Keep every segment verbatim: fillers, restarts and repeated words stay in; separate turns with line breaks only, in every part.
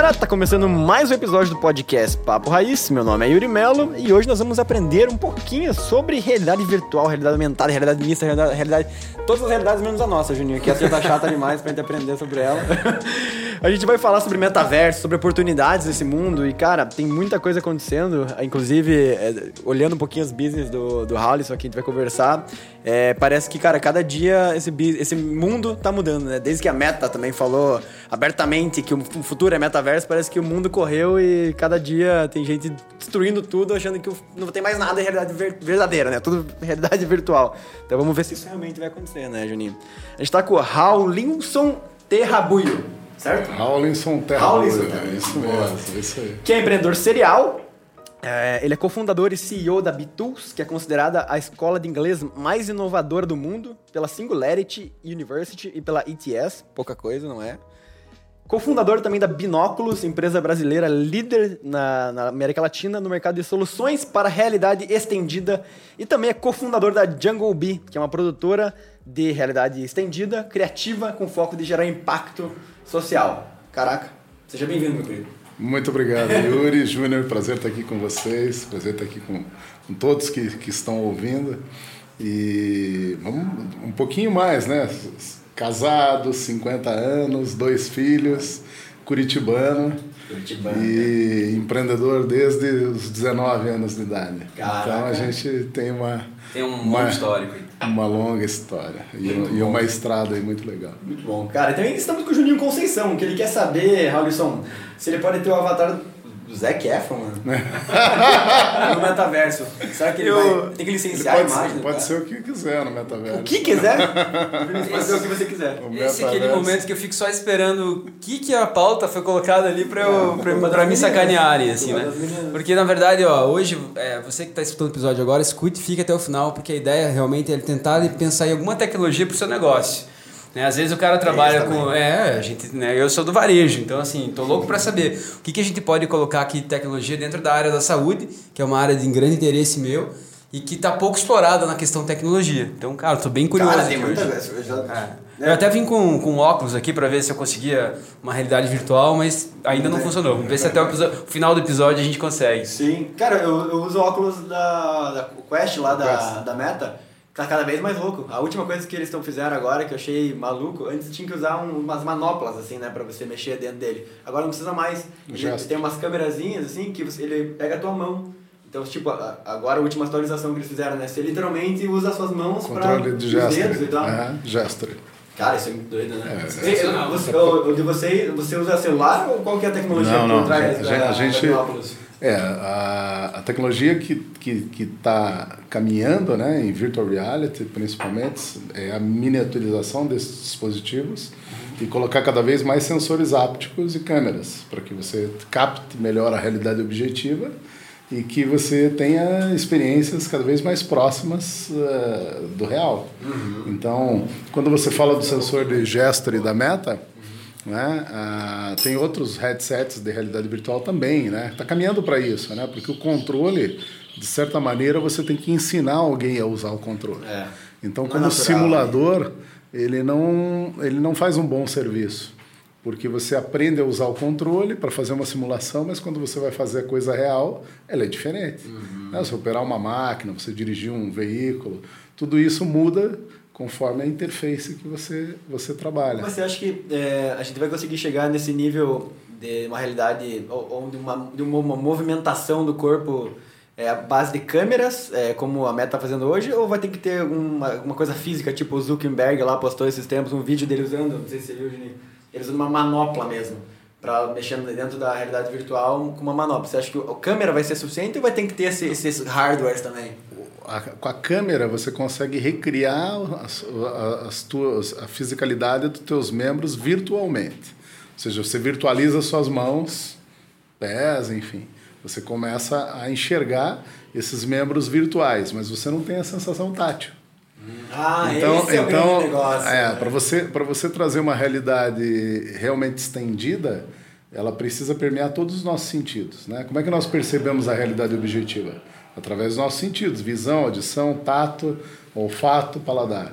galera, tá começando mais um episódio do podcast Papo Raiz. Meu nome é Yuri Melo e hoje nós vamos aprender um pouquinho sobre realidade virtual, realidade aumentada, realidade mista, realidade, realidade... todas as realidades menos a nossa, Juninho, que essa já tá chata demais pra gente aprender sobre ela. A gente vai falar sobre metaverso, sobre oportunidades desse mundo e, cara, tem muita coisa acontecendo, inclusive, é, olhando um pouquinho os business do, do Halisson aqui, a gente vai conversar, é, parece que, cara, cada dia esse, esse mundo tá mudando, né? Desde que a Meta também falou abertamente que o futuro é metaverso, parece que o mundo correu e cada dia tem gente destruindo tudo, achando que não tem mais nada em realidade verdadeira, né? Tudo realidade virtual. Então vamos ver se isso realmente vai acontecer, né, Juninho? A gente tá com o Raulinson Terrabuio, certo?
Raulinson Terrabuio, é isso mesmo, é isso aí.
Que é empreendedor serial. É, ele é cofundador e C E O da BeTools, que é considerada a escola de inglês mais inovadora do mundo pela Singularity University e pela E T S, pouca coisa, não é? Cofundador também da Binóculos, empresa brasileira líder na, na América Latina no mercado de soluções para realidade estendida. E também é cofundador da Jungle Bee, que é uma produtora de realidade estendida, criativa, com foco de gerar impacto social. Caraca, seja bem-vindo, meu querido.
Muito obrigado, Yuri, Júnior, prazer estar aqui com vocês, prazer estar aqui com, com todos que, que estão ouvindo. E vamos um pouquinho mais, né? Casado, cinquenta anos, dois filhos, curitibano, curitibano e né? Empreendedor desde os dezenove anos de idade.
Caraca.
Então a gente tem uma...
Tem um
uma,
longo histórico.
Uma longa história e, e uma estrada aí muito legal.
Muito bom. Cara, também estamos com o Juninho Conceição, que ele quer saber, Raulisson, se ele pode ter o avatar do Zac Efron, mano. No metaverso. Será que ele
Eu,
vai... Tem que licenciar
a
imagem?
Ser, pode ser o que quiser no metaverso.
O que quiser? Pode ser o que você quiser.
O Esse é aquele momento que eu fico só esperando o que, que a pauta foi colocada ali pra, eu, pra, pra, pra me sacanearem, assim, né? Porque, na verdade, ó, hoje, é, você que tá escutando o episódio agora, escute e fique até o final, porque a ideia realmente é tentar pensar em alguma tecnologia pro seu negócio. Né? Às vezes o cara trabalha com... É, a gente, né? Eu sou do varejo, então assim, tô louco para saber o que, que a gente pode colocar aqui de tecnologia dentro da área da saúde, que é uma área de grande interesse meu e que tá pouco explorada na questão tecnologia. Então, cara, tô bem curioso.
Cara, tem muita vez. Eu, já...
é. eu até vim com, com óculos aqui para ver se eu conseguia uma realidade virtual, mas ainda não funcionou. Vamos ver se até o, episódio, o final do episódio a gente consegue.
Sim. Cara, eu, eu uso óculos da, da Quest lá da, da Meta. Tá cada vez mais louco. A última coisa que eles estão fizeram agora, que eu achei maluco, antes tinha que usar um, umas manoplas, assim, né, pra você mexer dentro dele. Agora não precisa mais. Ele tem umas câmerazinhas, assim, que você, ele pega a tua mão. Então, tipo, agora a última atualização que eles fizeram, né, você literalmente usa as suas mãos para os dedos e tal.
Uhum, gesture.
Cara, isso é muito doido, né? É,
você,
eu, você, eu, de você, você usa celular ou qual que é a tecnologia
não,
que
não,
por trás
a,
da,
a gente,
da óculos?
É, a, a tecnologia que que que está caminhando, né, em virtual reality, principalmente, é a miniaturização desses dispositivos e colocar cada vez mais sensores ápticos e câmeras para que você capte melhor a realidade objetiva e que você tenha experiências cada vez mais próximas uh, do real. Uhum. Então, quando você fala do sensor de gesture da Meta, né? Ah, tem outros headsets de realidade virtual também, né? Tá caminhando para isso, né? Porque o controle, de certa maneira, você tem que ensinar alguém a usar o controle. É. Então, não como é natural, simulador, né? ele não ele não faz um bom serviço, porque você aprende a usar o controle para fazer uma simulação, mas quando você vai fazer a coisa real, ela é diferente. Uhum. Né? Você operar uma máquina, você dirigir um veículo, tudo isso muda conforme a interface que você, você trabalha.
Mas você acha que é, a gente vai conseguir chegar nesse nível de uma realidade ou, ou de, uma, de uma movimentação do corpo é, à base de câmeras, é, como a Meta está fazendo hoje, ou vai ter que ter alguma, alguma coisa física, tipo o Zuckerberg lá postou esses tempos um vídeo dele usando, não sei se você viu, Juninho, ele usando uma manopla mesmo, para mexer dentro da realidade virtual com uma manopla. Você acha que a câmera vai ser suficiente ou vai ter que ter esse, esses hardwares também?
A, com a câmera você consegue recriar as, as tuas, a fisicalidade dos teus membros virtualmente. Ou seja, você virtualiza suas mãos, pés, enfim. Você começa a enxergar esses membros virtuais, mas você não tem a sensação tátil.
Ah,
então,
esse é
então,
o negócio.
É, para você, para você trazer uma realidade realmente estendida, ela precisa permear todos os nossos sentidos, né? Como é que nós percebemos a realidade objetiva? Através dos nossos sentidos, visão, audição, tato, olfato, paladar.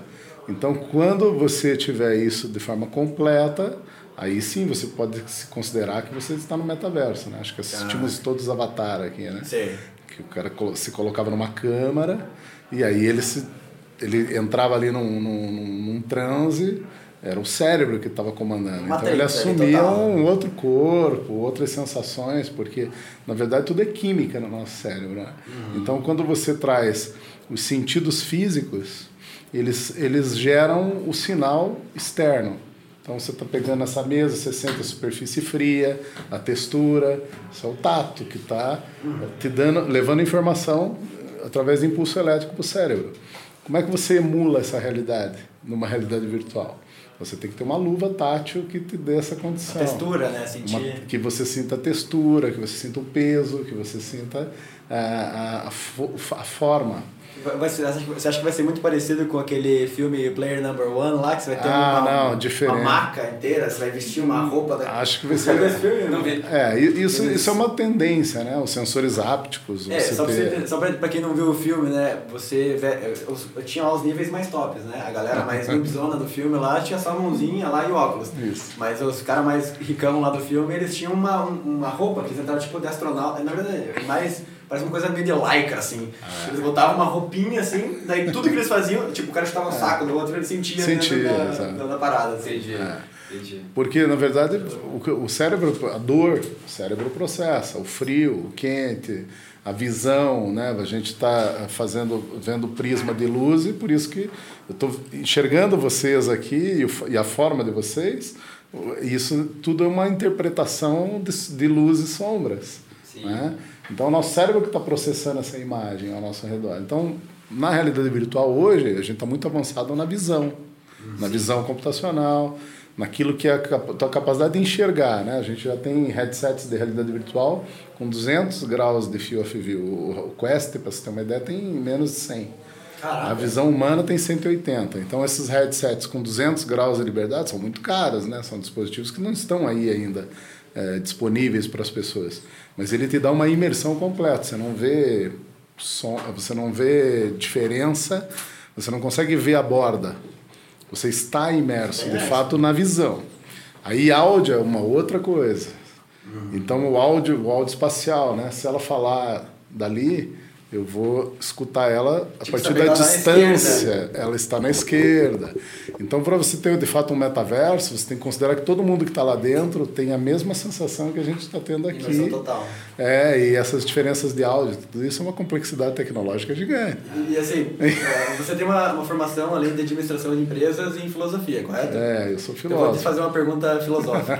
Então, quando você tiver isso de forma completa, aí sim você pode se considerar que você está no metaverso, né? Acho que assistimos ah. todos Avatar aqui, né?
Sim.
Que o cara se colocava numa câmara e aí ele, se, ele entrava ali num, num, num transe, era o cérebro que estava comandando. Matrix, então ele assumia um outro corpo, outras sensações, porque na verdade tudo é química no nosso cérebro, né? Uhum. Então quando você traz os sentidos físicos, eles, eles geram o sinal externo. Então você está pegando essa mesa, você sente a superfície fria, a textura, isso é o tato que está te dando, levando informação através de impulso elétrico para o cérebro. Como é que você emula essa realidade numa realidade virtual? Você tem que ter uma luva tátil que te dê essa condição.
A textura, né? Sentir.
Uma, que você sinta a textura, que você sinta o peso, que você sinta a, a, a, a forma.
Vai ser, você acha que vai ser muito parecido com aquele filme Player Number One lá, que você vai ter
ah,
uma,
não, diferente.
uma maca inteira, você vai vestir uma roupa da...
Acho que vai ser...
Esse filme? Não vi.
É, isso, isso é uma tendência, né? Os sensores ápticos.
É,
você
só,
ter...
pra, só pra, pra quem não viu o filme, né? Você eu, eu tinha lá os níveis mais tops, né? A galera mais noobzona do filme lá tinha só a mãozinha lá e o óculos. Isso. Mas os caras mais ricão lá do filme, eles tinham uma, uma roupa que eles entraram tipo de astronauta. Na verdade, mais... Parece uma coisa meio de lycra, assim. Ah. Eles botavam uma roupinha, assim, daí tudo que eles faziam, tipo, o cara chutava o um saco do outro, ele sentia,
sentia
né, na, na parada. Assim.
Entendi.
É.
Entendi.
Porque, na verdade, o, o cérebro, a dor, o cérebro processa, o frio, o quente, a visão, né? A gente está fazendo, vendo prisma de luz e por isso que eu estou enxergando vocês aqui e, o, e a forma de vocês, isso tudo é uma interpretação de, de luz e sombras. Sim. Né? Então, o nosso cérebro que está processando essa imagem ao nosso redor. Então, na realidade virtual hoje, a gente está muito avançado na visão, Sim. na visão computacional, naquilo que é a tua capacidade de enxergar, né? A gente já tem headsets de realidade virtual com duzentos graus de field of view. O Quest, para você ter uma ideia, tem menos de cem. Caraca. A visão humana tem cento e oitenta. Então, esses headsets com duzentos graus de liberdade são muito caros, né? São dispositivos que não estão aí ainda é, disponíveis para as pessoas. Mas ele te dá uma imersão completa. Você não vê som, você não vê diferença, você não consegue ver a borda. Você está imerso, de fato, na visão. Aí áudio é uma outra coisa. Então o áudio, o áudio espacial, né? Se ela falar dali, eu vou escutar ela a tipo, partir da distância. Ela está na esquerda. Então, para você ter, de fato, um metaverso, você tem que considerar que todo mundo que está lá dentro tem a mesma sensação que a gente está tendo aqui.
Imersão total.
É, e essas diferenças de áudio, tudo isso é uma complexidade tecnológica gigante.
E, e assim, você tem uma, uma formação, além de administração de empresas, em filosofia, correto?
É, eu sou filósofo.
Eu vou te fazer uma pergunta filosófica.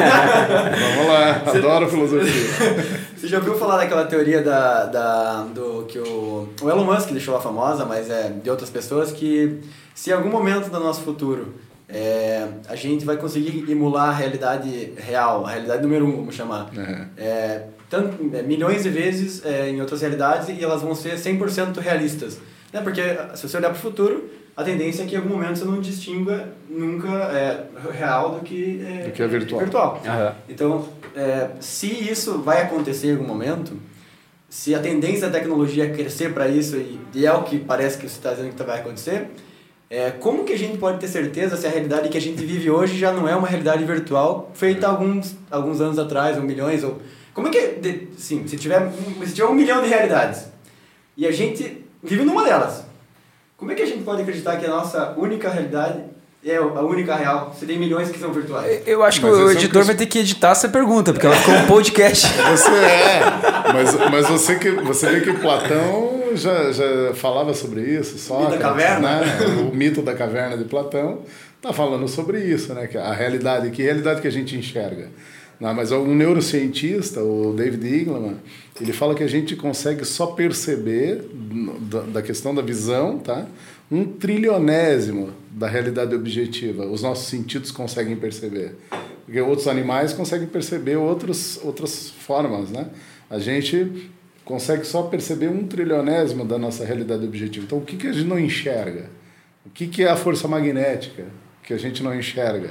Vamos lá, você, adoro filosofia.
Você já ouviu falar daquela teoria da, da, do que o, o Elon Musk deixou a famosa, mas é de outras pessoas, que se em algum momento do nosso futuro é, a gente vai conseguir emular a realidade real, a realidade número um, vamos chamar, uhum. é, tanto, é, milhões de vezes é, em outras realidades e elas vão ser cem por cento realistas. Né? Porque se você olhar para o futuro, a tendência é que em algum momento você não distinga nunca é, real do que é,
do que é virtual.
virtual. Uhum. Então, é, se isso vai acontecer em algum momento, se a tendência da tecnologia é crescer para isso, e, e é o que parece que você está dizendo que vai acontecer, é, como que a gente pode ter certeza se a realidade que a gente vive hoje já não é uma realidade virtual feita alguns, alguns anos atrás, ou milhões, ou... Como é que... De, sim, se tiver, se tiver um milhão de realidades e a gente vive numa delas, como é que a gente pode acreditar que a nossa única realidade é a única real? Você tem milhões que são virtuais.
Eu acho que mas o editor vai ter que editar essa pergunta, porque ela ficou um podcast.
Você é, mas, mas você, que, você vê que Platão já, já falava sobre isso, Sócrates,
mito da caverna.
Né? O mito da caverna de Platão está falando sobre isso, né? Que a realidade, que realidade que a gente enxerga. Não, mas um neurocientista, o David Eagleman, ele fala que a gente consegue só perceber da, da questão da visão, tá? Um trilionésimo da realidade objetiva. Os nossos sentidos conseguem perceber. Porque outros animais conseguem perceber outros, outras formas, né? A gente consegue só perceber um trilionésimo da nossa realidade objetiva. Então, o que, que a gente não enxerga? O que, que é a força magnética que a gente não enxerga?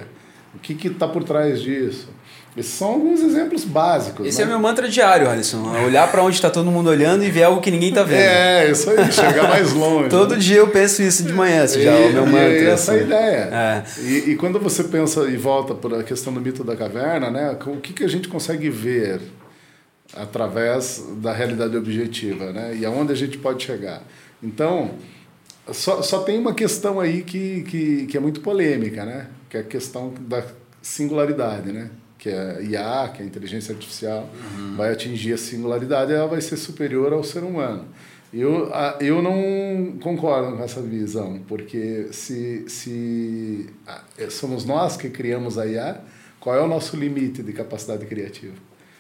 O que está por trás disso? Esses são alguns exemplos básicos.
Esse
né?
é meu mantra diário, Alisson. Olhar para onde está todo mundo olhando e ver algo que ninguém está vendo.
É, isso aí, chegar mais longe.
Todo
né?
dia eu penso isso de manhã, assim, já
e,
é o meu mantra.
E essa
assim.
é a ideia.
É.
E, e quando você pensa e volta para a questão do mito da caverna, né, o que, que a gente consegue ver através da realidade objetiva, né, e aonde a gente pode chegar? Então, só, só tem uma questão aí que, que, que é muito polêmica, né, que é a questão da singularidade, né? Que é a I A, que é a inteligência artificial, uhum. vai atingir a singularidade e ela vai ser superior ao ser humano. Eu, eu não concordo com essa visão, porque se, se somos nós que criamos a I A, qual é o nosso limite de capacidade criativa?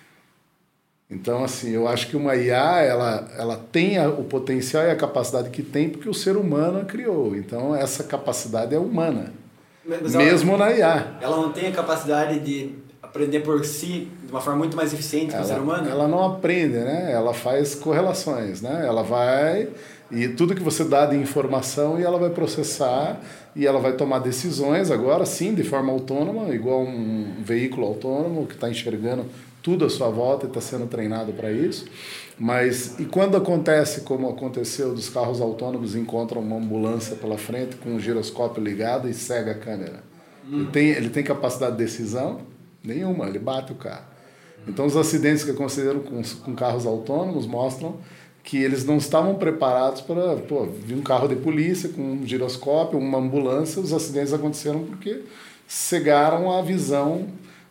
Então, assim, eu acho que uma I A, ela, ela tem o potencial e a capacidade que tem porque o ser humano a criou. Então, essa capacidade é humana, Mas mesmo
ela,
na I A.
Ela não tem a capacidade de aprender por si de uma forma muito mais eficiente que o ser humano?
Ela não aprende, né? Ela faz correlações, né? Ela vai... E tudo que você dá de informação e ela vai processar e ela vai tomar decisões agora, sim, de forma autônoma, igual um veículo autônomo que está enxergando tudo à sua volta e está sendo treinado para isso. Mas, e quando acontece, como aconteceu dos carros autônomos, encontram uma ambulância pela frente com um giroscópio ligado e cega a câmera? Hum. Ele tem, ele tem capacidade de decisão? Nenhuma, ele bate o carro. Então, os acidentes que aconteceram com, com carros autônomos mostram que eles não estavam preparados para... Pô, vir um carro de polícia com um giroscópio, uma ambulância, os acidentes aconteceram porque cegaram a visão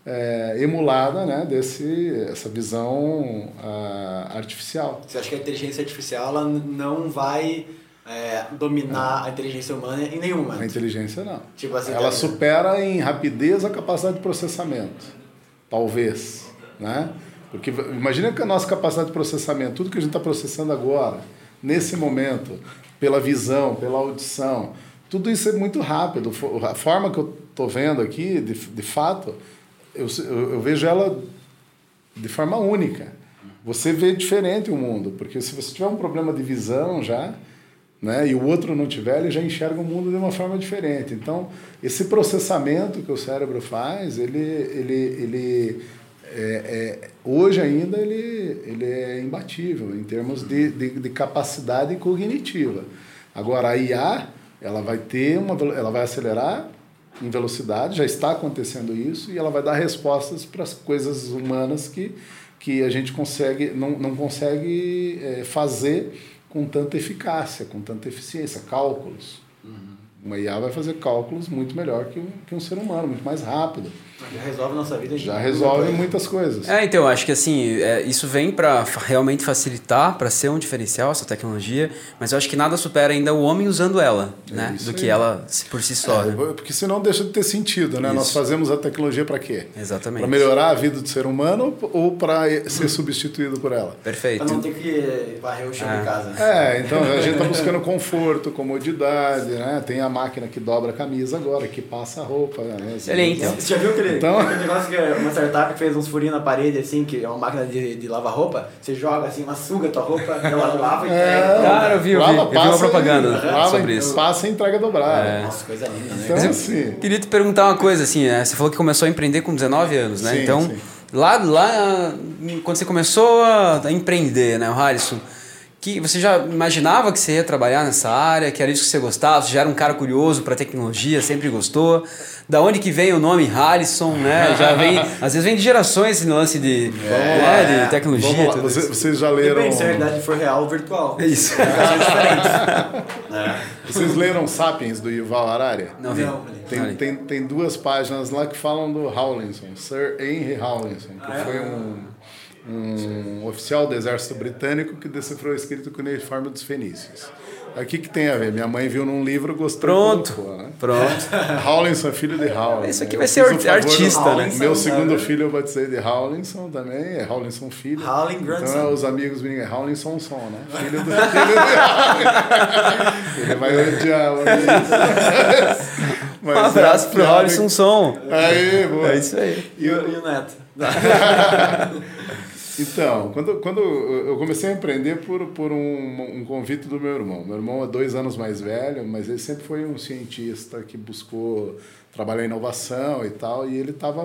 é, emulada, né, desse, essa visão uh, artificial.
Você acha que a inteligência artificial ela não vai... É, dominar a inteligência humana em nenhum momento?
A inteligência não.
Tipo assim,
ela
tá
supera em rapidez a capacidade de processamento. Talvez. Né? Porque imagina que a nossa capacidade de processamento, tudo que a gente está processando agora, nesse momento, pela visão, pela audição, tudo isso é muito rápido. A forma que eu estou vendo aqui, de, de fato, eu, eu, eu vejo ela de forma única. Você vê diferente o mundo, porque se você tiver um problema de visão já... Né? E o outro não tiver, ele já enxerga o mundo de uma forma diferente. Então, esse processamento que o cérebro faz, ele, ele, ele é, é, hoje ainda ele, ele é imbatível em termos de, de, de capacidade cognitiva. Agora, a I A, ela vai ter uma, ela vai acelerar em velocidade, já está acontecendo isso, e ela vai dar respostas para as coisas humanas que, que a gente consegue, não, não consegue é, fazer com tanta eficácia, com tanta eficiência, cálculos. Uhum. Uma I A vai fazer cálculos muito melhor que um, que um ser humano, muito mais rápido.
Já resolve a nossa vida.
Já resolve muitas coisas.
É, então, acho que assim, é, isso vem para realmente facilitar, para ser um diferencial, essa tecnologia, mas eu acho que nada supera ainda o homem usando ela, é né? Do aí. Que ela por si só.
É,
né?
Porque senão deixa de ter sentido, né? Isso. Nós fazemos a tecnologia para quê?
Exatamente.
Para melhorar a vida do ser humano ou para ser substituído por ela?
Perfeito.
Para não ter que varrer o chão
é.
de casa.
É, então a gente está buscando conforto, comodidade, né? Tem a máquina que dobra a camisa agora, que passa a roupa. Né?
Excelente.
Então, você já viu aquele,
então...
aquele negócio que é uma startup que fez uns furinhos na parede, assim, que é uma máquina de, de lavar roupa, você joga assim, uma suga a tua roupa, ela lava e entrega.
É, cara, eu vi, eu vi, eu vi uma propaganda e,
lava,
sobre isso.
Passa e entrega dobrada.
É. Nossa, coisa linda, né?
Então,
Mas eu
assim...
queria te perguntar uma coisa, assim, né? Você falou que começou a empreender com dezenove anos, né?
Sim,
então,
sim.
Lá, lá, quando você começou a empreender, né, o Harrison, que você já imaginava que você ia trabalhar nessa área, que era isso que você gostava, você já era um cara curioso para tecnologia, sempre gostou. Da onde que vem o nome Harrison, né? Já vem, às vezes vem de gerações esse lance de, é, né, de tecnologia.
Tudo Você, vocês já leram...
Depende se a realidade for real ou virtual.
É isso.
É.
Vocês leram Sapiens, do Yuval Harari?
Não vi.
Não,
tem, tem, tem duas páginas lá que falam do Rawlinson, Sir Henry Rawlinson, que
ah, é?
foi um... um oficial do exército britânico que decifrou o escrito cuneiforme dos fenícios. Aqui que tem a ver? Minha mãe viu num livro, gostou.
Pronto,
colocou, né?
pronto.
Rawlinson é filho de Rawlinson.
Isso aqui vai ser artista, né?
Meu segundo filho eu batizei de Rawlinson também, é Rawlinson filho.
Howling Grandson.
Então os amigos me ligam, é Rawlinson Son, né? Filho do filho de Rawlinson. Ele vai odiar o
Um abraço pro Rawlinson Son.
Aí, boa.
É isso aí.
E o, e o Neto?
Então, quando, quando eu comecei a empreender por, por um, um convite do meu irmão. Meu irmão é dois anos mais velho, mas ele sempre foi um cientista que buscou trabalhar em inovação e tal, e ele estava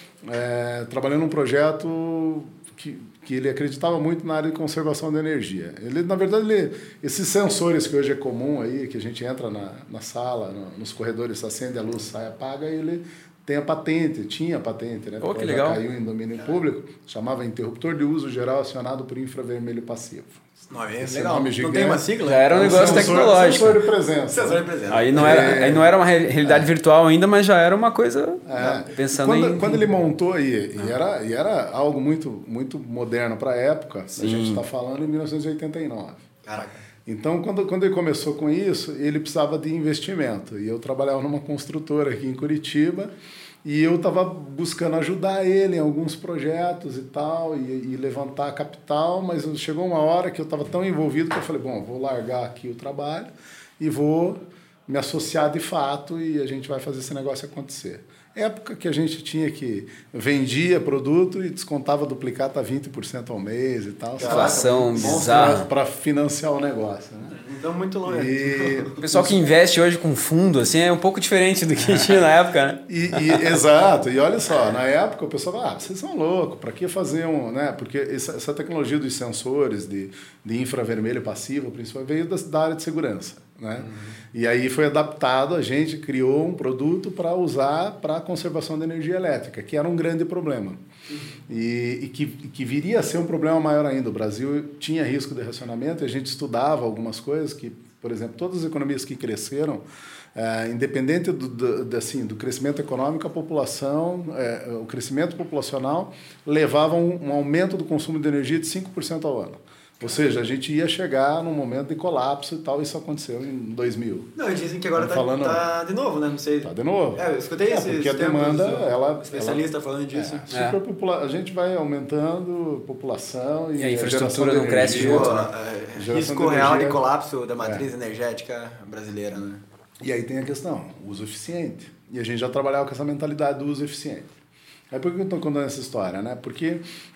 é, trabalhando num projeto que, que ele acreditava muito na área de conservação de energia. Ele, na verdade, ele, esses sensores que hoje é comum aí, que a gente entra na, na sala, no, nos corredores, acende a luz, sai, apaga, e ele tem a patente, tinha a patente, né?
Oh, que legal.
Caiu em domínio público, chamava interruptor de uso geral acionado por infravermelho passivo.
Não, é
Esse
legal.
nome
Não
gigante.
tem uma sigla?
Já era um negócio
Sensor-
tecnológico.
Sensor de presença.
Sensor de presença.
Aí não era,
É.
aí não era uma re- realidade virtual ainda, mas já era uma coisa
É.
pensando
quando,
em...
quando ele montou, e, e, era, e era algo muito, muito moderno para a época,
Sim.
a gente está falando em mil novecentos e oitenta e nove.
Caraca.
Então, quando, quando ele começou com isso, ele precisava de investimento. E eu trabalhava numa construtora aqui em Curitiba, e eu estava buscando ajudar ele em alguns projetos e tal, e, e levantar capital, mas chegou uma hora que eu estava tão envolvido que eu falei, bom, vou largar aqui o trabalho e vou me associar de fato e a gente vai fazer esse negócio acontecer. Época que a gente tinha que vendia produto e descontava duplicata a vinte por cento ao mês e tal.
Inflação bizarra.
Para financiar o negócio, né?
Não muito longe.
E,
O pessoal que investe hoje com fundo, assim, é um pouco diferente do que tinha na época, né?
E, e- exato, e olha só, na época o pessoal fala, ah, vocês são loucos, para que fazer um, né? Porque essa, essa tecnologia dos sensores de, de infravermelho passivo, principalmente, veio da, da área de segurança, né? Uhum. E aí foi adaptado, a gente criou um produto para usar para a conservação de energia elétrica, que era um grande problema. Uhum. E, e que, que viria a ser um problema maior ainda. O Brasil tinha risco de racionamento, e a gente estudava algumas coisas que, por exemplo, todas as economias que cresceram, é, independente do, do, do, assim, do crescimento econômico, a população, é, o crescimento populacional levava um, um aumento do consumo de energia de cinco por cento ao ano. Ou seja, a gente ia chegar num momento de colapso e tal, isso aconteceu em dois mil.
Não, e dizem que agora tá,
falando...
tá de novo, né? Não sei.
Tá de novo.
É, eu escutei
é,
isso.
Porque a demanda, ela...
O especialista
ela,
falando disso.
É, superpopula... A gente vai aumentando população e,
e a infraestrutura
geração
não
de
cresce
energia,
junto,
né?
É,
É,
geração
risco
de
real de
energia.
colapso da matriz é. energética brasileira, né?
E aí tem a questão, uso eficiente. E a gente já trabalhava com essa mentalidade do uso eficiente. Aí por que eu estou contando essa história, né? Porque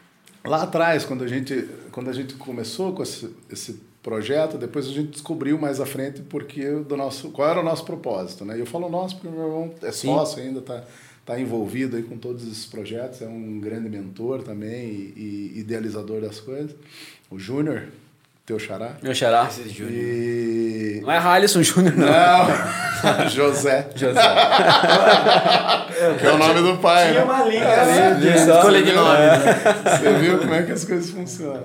lá atrás, quando a gente, quando a gente começou com esse, esse projeto, depois a gente descobriu mais à frente porque do nosso, qual era o nosso propósito, né? E eu falo nosso porque o meu irmão é sócio ainda, está tá envolvido aí com todos esses projetos, é um grande mentor também e, e idealizador das coisas. O Júnior, teu xará.
Meu xará.
E...
Não é Halisson Júnior, não.
Não, José. José. Que é o nome do pai,
Tinha
né?
uma linha
É,
ali de
é,
escolha de nome.
Você viu como é que as coisas funcionam.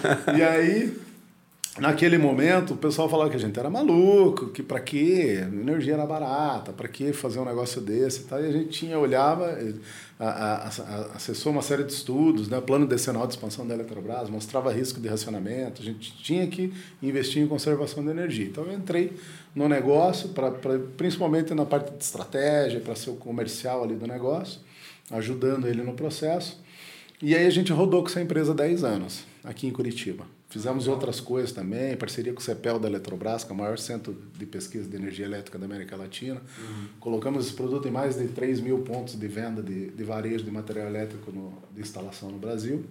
E aí, naquele momento, o pessoal falava que a gente era maluco, que pra quê? Energia era barata, pra que fazer um negócio desse e tal. E a gente tinha, olhava, a, a, a, acessou uma série de estudos, né? Plano decenal de expansão da Eletrobras, mostrava risco de racionamento, a gente tinha que investir em conservação de energia. Então eu entrei no negócio, pra, pra, principalmente na parte de estratégia, para ser o comercial ali do negócio, ajudando ele no processo. E aí a gente rodou com essa empresa há dez anos, aqui em Curitiba. Fizemos outras coisas também, parceria com o CEPEL da Eletrobras, que é o maior centro de pesquisa de energia elétrica da América Latina. Uhum. Colocamos esse produto em mais de três mil pontos de venda de, de varejo de material elétrico no, de instalação no Brasil.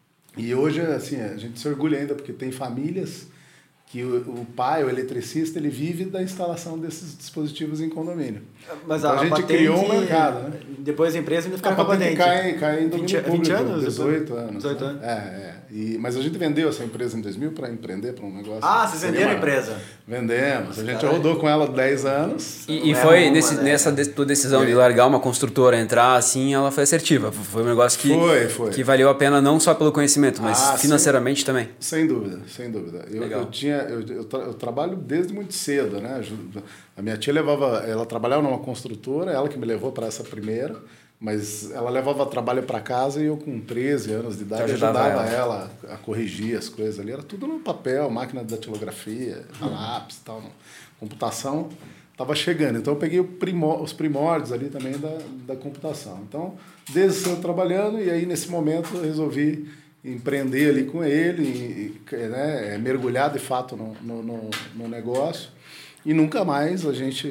E hoje, assim, a gente se orgulha ainda porque tem famílias que o, o pai, o eletricista, ele vive da instalação desses dispositivos em condomínio.
Mas
então,
a,
a gente
patente,
criou um mercado, né?
Depois a empresa ainda fica
a
com a
patente
patente.
cai, cai em domínio
vinte,
público,
vinte anos?
dezoito anos.
dezoito
né?
anos.
É, é. E, mas a gente vendeu essa empresa em dois mil para empreender para um negócio.
Ah, vocês venderam a empresa?
Vendemos.
Nossa,
a gente
caralho.
rodou com ela dez anos.
E, e
Não é
foi
uma,
nesse,
né?
nessa de, tua decisão de largar uma construtora, entrar assim, ela foi assertiva. Foi um negócio que,
Foi, foi.
que valeu a pena não só pelo conhecimento, mas
Ah,
financeiramente
sem,
também.
Sem dúvida, sem dúvida. Eu,
Legal.
eu, tinha, eu, eu, tra, eu trabalho desde muito cedo, né? A minha tia levava, ela trabalhava numa construtora, ela que me levou para essa primeira, mas ela levava trabalho para casa e eu com treze anos de idade
ajudava
ajudava
ela.
ela a corrigir as coisas ali. Era tudo no papel, máquina de datilografia, a lápis e tal. Computação estava chegando. Então eu peguei o primor, os primórdios ali também da, da computação. Então, desde cedo trabalhando, e aí nesse momento eu resolvi empreender ali com ele, e, né, mergulhar de fato no, no, no, no negócio. E nunca mais a gente,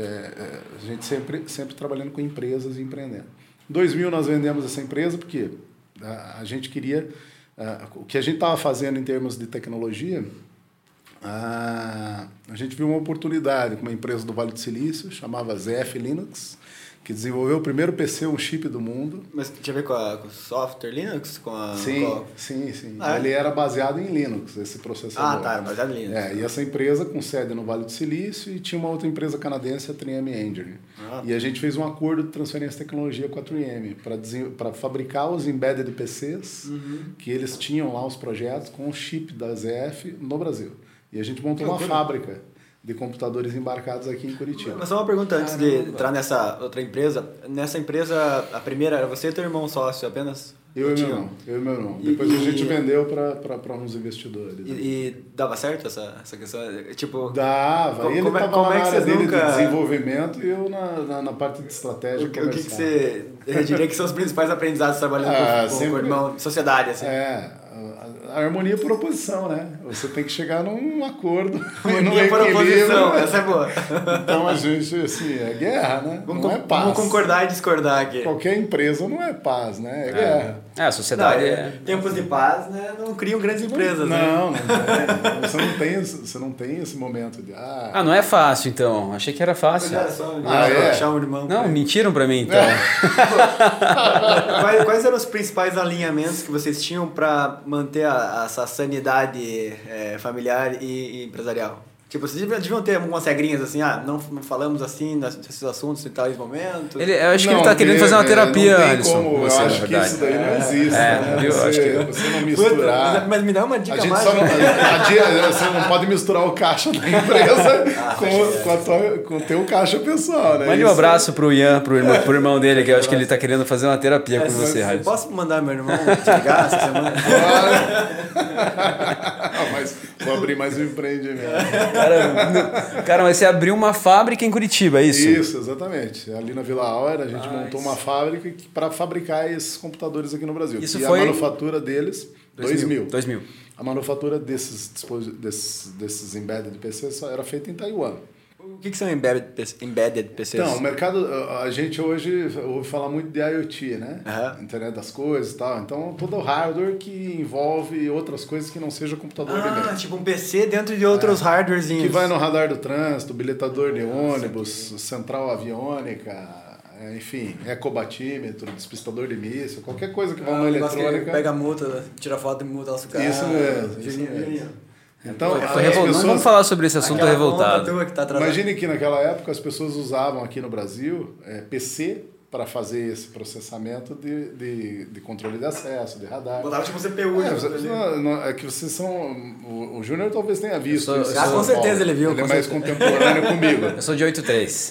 é, a gente sempre, sempre trabalhando com empresas e empreendendo. Em dois mil nós vendemos essa empresa porque a, a gente queria Uh, o que a gente estava fazendo em termos de tecnologia, uh, a gente viu uma oportunidade com uma empresa do Vale do Silício, chamava Z F Linux, que desenvolveu o primeiro P C on chip do mundo.
Mas tinha a ver com, a, com o software Linux? Com a,
sim,
com a...
sim, sim.
Ah,
Ele é? era baseado em Linux, esse processador.
Ah, tá, era baseado em Linux.
É, e essa empresa com sede no Vale do Silício e tinha uma outra empresa canadense, a três M Engine. Ah. E a gente fez um acordo de transferência de tecnologia com a três M para fabricar os embedded P Cs, uhum. que eles tinham lá os projetos com o chip da Z F no Brasil. E a gente montou uma fábrica de computadores embarcados aqui em Curitiba.
Mas só uma pergunta antes Caramba. de entrar nessa outra empresa. Nessa empresa, a primeira era você e teu irmão sócio apenas?
Eu e meu irmão. Eu e meu irmão. E, Depois e, a gente e, vendeu para uns investidores.
E, e dava certo essa, essa questão? Tipo,
dava.
Co,
Ele
como
estava
é,
na
é
área dele
nunca...
de desenvolvimento e eu na, na, na parte de estratégia.
O que, o que, que você... Eu diria que são os principais aprendizados trabalhando ah, com, sempre, com o irmão, sociedade, assim.
É... A harmonia por oposição, né? Você tem que chegar num acordo.
Harmonia por oposição, essa é boa.
Então a gente, assim, é guerra, né?
Vamos,
não é paz.
Vamos concordar e discordar aqui.
Qualquer empresa não é paz, né? É, é. guerra.
É, a sociedade
não,
é...
Tempos de paz, né? Não criam grandes empresas,
não,
né?
Não, não é. Você não tem, você não tem esse momento de... Ah,
ah não é fácil, então. Achei que era fácil.
Era só
ah, é.
achar um irmão.
Não, mentiram pra mim, então. É.
quais, quais eram os principais alinhamentos que vocês tinham para manter a, essa sanidade é, familiar e, e empresarial? Tipo, vocês deviam ter algumas regrinhas assim, ah, não, não falamos assim nesses assuntos em tais momentos.
Ele, eu acho que
não,
ele tá querendo fazer uma terapia,
não tem
Alisson.
Como,
você,
eu acho que isso daí não existe,
é,
né?
Eu
você,
acho que...
você não misturar...
Mas, mas me dá uma dica
a gente
mais.
Só não, a dia, você não pode misturar o caixa da empresa ah, com, é. com, a tua, com o teu caixa pessoal, né?
Mande um abraço pro Ian, pro irmão, pro irmão dele, que eu acho que ele tá querendo fazer uma terapia é, com você, Alisson.
Posso mandar meu irmão te ligar essa semana?
Não, mas vou abrir mais um empreendimento.
Cara, cara, mas você abriu uma fábrica em Curitiba, é isso?
Isso, exatamente. Ali na Vila Auer, a gente ah, montou isso. uma fábrica para fabricar esses computadores aqui no Brasil.
Isso
e
foi...
a manufatura deles, dois mil.
dois mil.
A manufatura desses, desses, desses embedded P Cs era feita em Taiwan.
O que, que são embedded, embedded P Cs?
Então, o mercado, a gente hoje ouve falar muito de IoT, né? Uhum. Internet das coisas e tal. Então, todo o hardware que envolve outras coisas que não seja computador de
Ah, tipo um P C dentro de outros é. hardwarezinhos.
Que vai no radar do trânsito, bilhetador de ônibus, central aviônica, enfim, ecobatímetro, despistador de míssil, qualquer coisa que vá ah, na eletrônica.
Pega a multa, tira foto e multa o carro.
Isso mesmo, isso mesmo. Então,
foi revol... pessoas... Não vamos falar sobre esse assunto revoltado.
Que tá
Imagine que naquela época as pessoas usavam aqui no Brasil é, P C para fazer esse processamento de, de, de controle de acesso, de radar.
Botava tipo C P U.
É, você, não, não, é que vocês são... O, o Júnior talvez tenha visto
sou,
isso.
Ah, com certeza ele viu.
Ele é mais contemporâneo comigo.
Eu sou de oito três.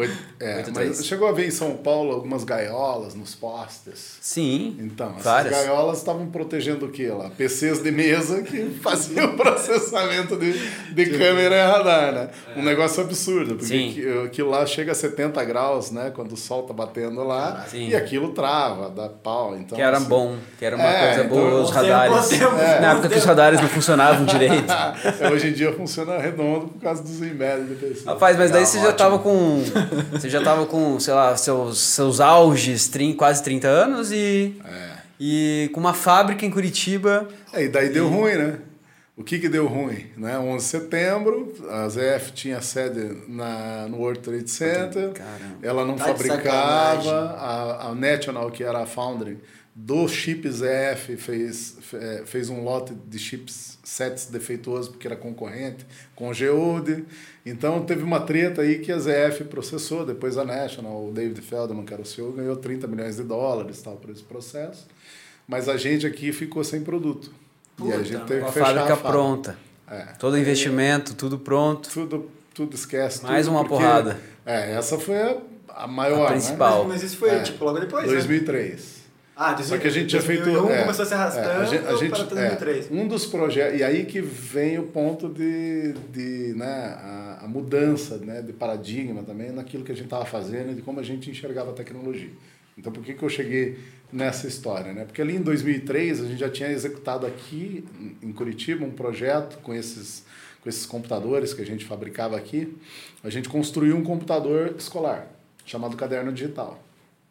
É, mas chegou a ver em São Paulo algumas gaiolas nos postes.
Sim,
Então, essas
várias.
gaiolas estavam protegendo o quê lá? P Cs de mesa que faziam o processamento de, de câmera e radar, né? É. Um negócio absurdo, porque aquilo lá chega a setenta graus, né? Quando o sol tá batendo lá, Sim. e aquilo trava, dá pau. Então,
que era
assim,
bom, que era uma
é,
coisa boa,
então,
os radares. É. Na época que os radares não funcionavam direito.
Hoje em dia funciona redondo por causa dos embedded de P C.
Rapaz, mas daí ah, você ótimo. já tava com. Você já tava com, sei lá, seus, seus auges, trinta, quase trinta anos e.
É.
E com uma fábrica em Curitiba.
É, e daí e... deu ruim, né? O que que deu ruim? Né? onze de setembro, a Z F tinha sede na, no World Trade Center,
Caramba.
Ela não tá fabricava, a, a National, que era a foundry do chip Z F, fez, fez um lote de chips sets defeituosos, porque era concorrente, com Geode. Então teve uma treta aí que a Z F processou, depois a National, o David Feldman, que era o C E O, ganhou trinta milhões de dólares tal, por esse processo, mas a gente aqui ficou sem produto.
Puta,
e a gente teve
uma
que fechar
fábrica
a fábrica.
pronta.
É.
Todo investimento, tudo pronto.
Tudo, tudo esquece.
Mais
tudo
uma
porque,
porrada.
É, essa foi a, a maior,
a principal.
Né? Mas, mas isso foi, é, tipo, logo depois,
dois mil e três.
Né? Ah,
Só que a gente tinha feito...
É, começou a se arrastando
é, a gente, a gente,
para dois mil e três.
É, um dos projetos... E aí que vem o ponto de, de né, a, a mudança, né, de paradigma também naquilo que a gente estava fazendo e de como a gente enxergava a tecnologia. Então, por que que eu cheguei nessa história, né? Porque ali em dois mil e três a gente já tinha executado aqui em Curitiba um projeto com esses, com esses computadores que a gente fabricava aqui. A gente construiu um computador escolar chamado Caderno Digital.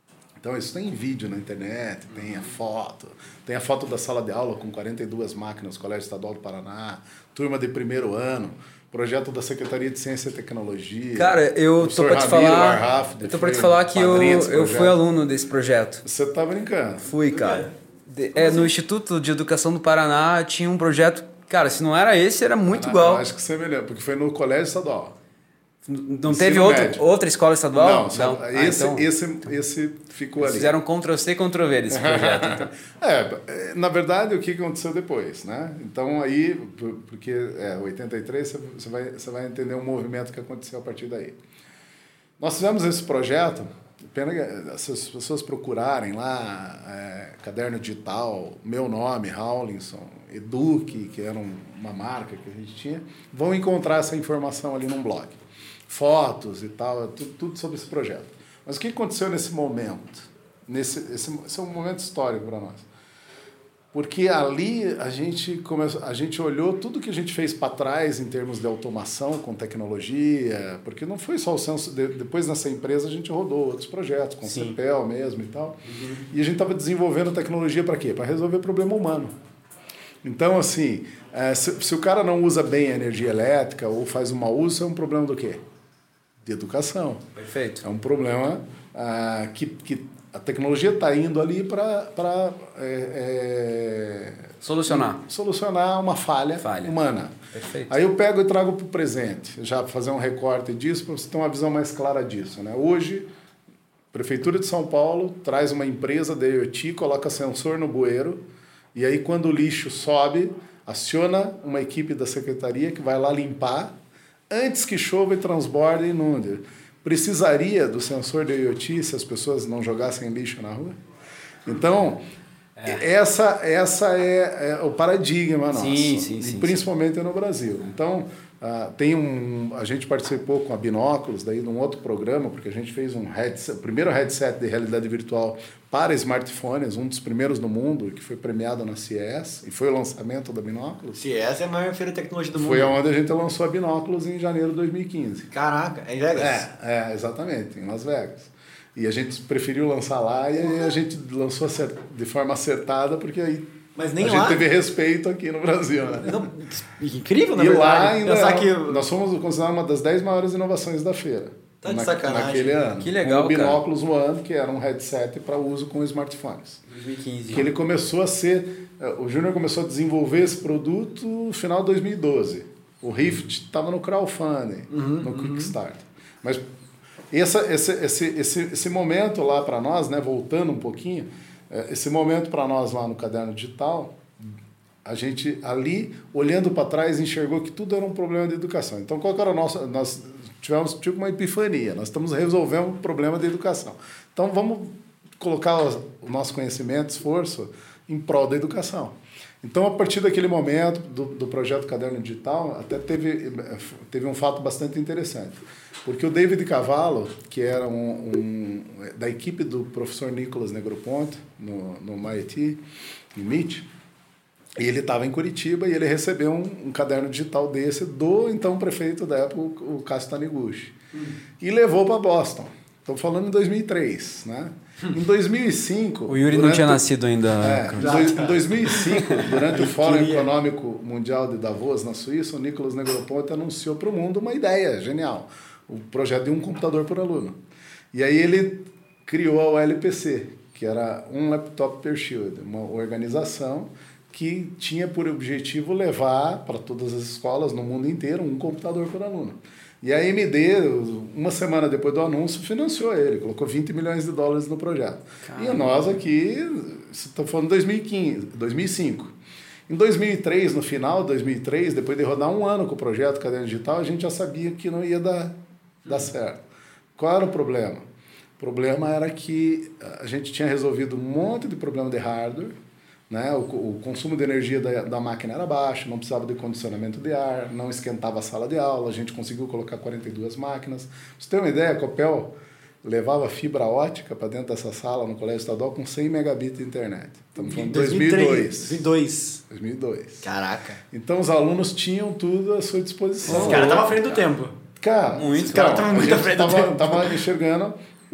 Então, isso tem vídeo na internet, tem a foto, tem a foto da sala de aula com quarenta e duas máquinas, Colégio Estadual do Paraná, turma de primeiro ano, projeto da Secretaria de Ciência e Tecnologia.
Cara, eu tô para te falar,
Arraf,
eu tô para te falar que eu, eu fui aluno desse projeto.
Você tá brincando?
Fui, cara. De, é, no Instituto de Educação do Paraná tinha um projeto, cara, se não era esse, era muito ah, igual.
Eu acho que você me lembra, porque foi no Colégio Estadual.
Não Ensino teve outro, outra escola estadual?
Não, não. Esse, ah, então, esse, esse ficou ali.
Fizeram Ctrl-C e Ctrl-V desse projeto. Então.
É, na verdade, o que aconteceu depois, né? Então, aí, porque é oitenta e três, você vai, você vai entender um movimento que aconteceu a partir daí. Nós fizemos esse projeto, pena que se as pessoas procurarem lá, é, caderno digital, meu nome, Rawlinson, Eduque, que era um, uma marca que a gente tinha, vão encontrar essa informação ali num blog. Fotos e tal, tudo, tudo sobre esse projeto. Mas o que aconteceu nesse momento? Nesse, esse, esse é um momento histórico para nós. Porque ali a gente, começou, a gente olhou tudo que a gente fez para trás em termos de automação com tecnologia, porque não foi só o censo. De, depois nessa empresa a gente rodou outros projetos, com o CEPEL mesmo e tal. Uhum. E a gente estava desenvolvendo tecnologia para quê? Para resolver problema humano. Então, assim, se, se o cara não usa bem a energia elétrica ou faz um mau uso, é um problema do quê? De educação.
Perfeito.
É um problema ah, que, que a tecnologia está indo ali para é, é,
solucionar.
solucionar uma falha, falha. humana.
Perfeito.
Aí eu pego e trago para o presente, já para fazer um recorte disso, para você ter uma visão mais clara disso. Né? Hoje, a Prefeitura de São Paulo traz uma empresa da IoT, coloca sensor no bueiro, e aí quando o lixo sobe, aciona uma equipe da secretaria que vai lá limpar, antes que chova e transborde e inunde. Precisaria do sensor de IoT se as pessoas não jogassem lixo na rua? Então, é. essa, essa é, é o paradigma nosso,
sim, sim, sim,
principalmente
sim.
no Brasil. Então, uh, tem um, a gente participou com a Binóculos, daí de um outro programa, porque a gente fez um headset, o primeiro headset de realidade virtual para smartphones, um dos primeiros no mundo, que foi premiado na C E S, e foi o lançamento da Binóculos.
C E S é a maior feira de tecnologia do mundo.
Foi onde a gente lançou a Binóculos em janeiro de dois mil e quinze.
Caraca, é em Vegas?
É, é, exatamente, em Las Vegas. E a gente preferiu lançar lá e aí a gente lançou de forma acertada, porque aí
Mas nem
a
lá...
gente teve respeito aqui no Brasil. Né?
Não, incrível, na
e
verdade.
lá ainda
Pensar
é,
que...
nós fomos considerados uma das dez maiores inovações da feira.
Tá de
na,
sacanagem.
Naquele ano.
Que legal,
com o Binóculos One, que era um headset para uso com smartphones.
dois mil e quinze.
Que ele começou a ser... O Júnior começou a desenvolver esse produto no final de dois mil e doze. O Rift estava no crowdfunding, uhum, no uhum. Kickstarter. Mas essa, esse, esse, esse, esse momento lá para nós, né, voltando um pouquinho, esse momento para nós lá no Caderno Digital, a gente ali, olhando para trás, enxergou que tudo era um problema de educação. Então, qual que era o nosso... Nós tivemos tipo uma epifania, nós estamos resolvendo um problema de educação. Então, vamos colocar o nosso conhecimento, esforço, em prol da educação. Então, a partir daquele momento do, do projeto Caderno Digital, até teve, teve um fato bastante interessante. Porque o David Cavallo, que era um, um, da equipe do professor Nicolas Negroponte, no, no M I T, no M I T, e ele estava em Curitiba e ele recebeu um, um caderno digital desse do então prefeito da época, o Cássio Taniguchi, hum. e levou para Boston. Estou falando em dois mil e três, né? Em dois mil e cinco...
O Yuri não tinha nascido ainda.
É, em dois mil e cinco, durante o Fórum Econômico Mundial de Davos, na Suíça, o Nicolas Negroponte anunciou para o mundo uma ideia genial, o projeto de um computador por aluno. E aí ele criou a O L P C, que era um laptop per shield, uma organização que tinha por objetivo levar para todas as escolas no mundo inteiro um computador por aluno. E a A M D, uma semana depois do anúncio, financiou ele, colocou vinte milhões de dólares no projeto. Caramba. E nós aqui, estou falando dois mil e quinze, dois mil e cinco. Em dois mil e três, no final de dois mil e três, depois de rodar um ano com o projeto Caderno Digital, a gente já sabia que não ia dar, dar certo. Qual era o problema? O problema era que a gente tinha resolvido um monte de problema de hardware, né? O, o consumo de energia da, da máquina era baixo, não precisava de condicionamento de ar, não esquentava a sala de aula, a gente conseguiu colocar quarenta e duas máquinas. Pra você ter uma ideia, a Copel levava fibra ótica para dentro dessa sala no Colégio Estadual com cem megabits de internet. Estamos falando de dois mil e dois.
dois mil e dois.
dois mil e dois.
Caraca.
Então os alunos tinham tudo à sua disposição.
Os caras estavam à frente do tempo.
Cara,
muito.
Os caras estavam muito à frente do tempo. Estava enxergando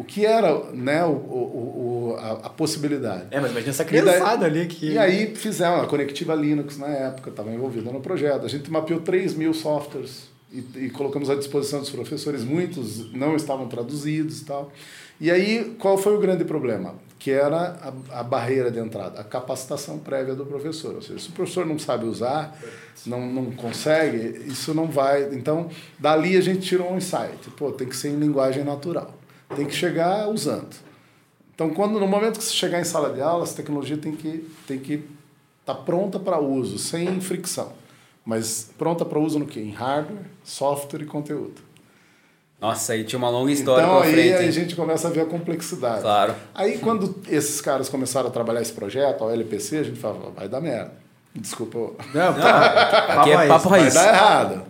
o que era, né, o, o, o, a, a possibilidade.
É, mas imagina essa criançada ali que...
E aí fizeram a Conectiva Linux na época, estava envolvida no projeto. A gente mapeou três mil softwares e, e colocamos à disposição dos professores. Muitos não estavam traduzidos e tal. E aí, qual foi o grande problema? Que era a, a barreira de entrada, a capacitação prévia do professor. Ou seja, se o professor não sabe usar, não, não consegue, isso não vai... Então, dali a gente tirou um insight. Pô, tem que ser em linguagem natural. Tem que chegar usando. Então, quando, no momento que você chegar em sala de aula, essa tecnologia tem que tem que estar pronta para uso, sem fricção. Mas pronta para uso no quê? Em hardware, software e conteúdo.
Nossa, aí tinha uma longa história
então,
pela frente.
Então, aí a gente começa a ver a complexidade.
Claro.
Aí, quando esses caras começaram a trabalhar esse projeto, a L P C, a gente fala, vai dar merda. Desculpa.
Não, tá.
Aqui é papo raiz.
Vai dar errado.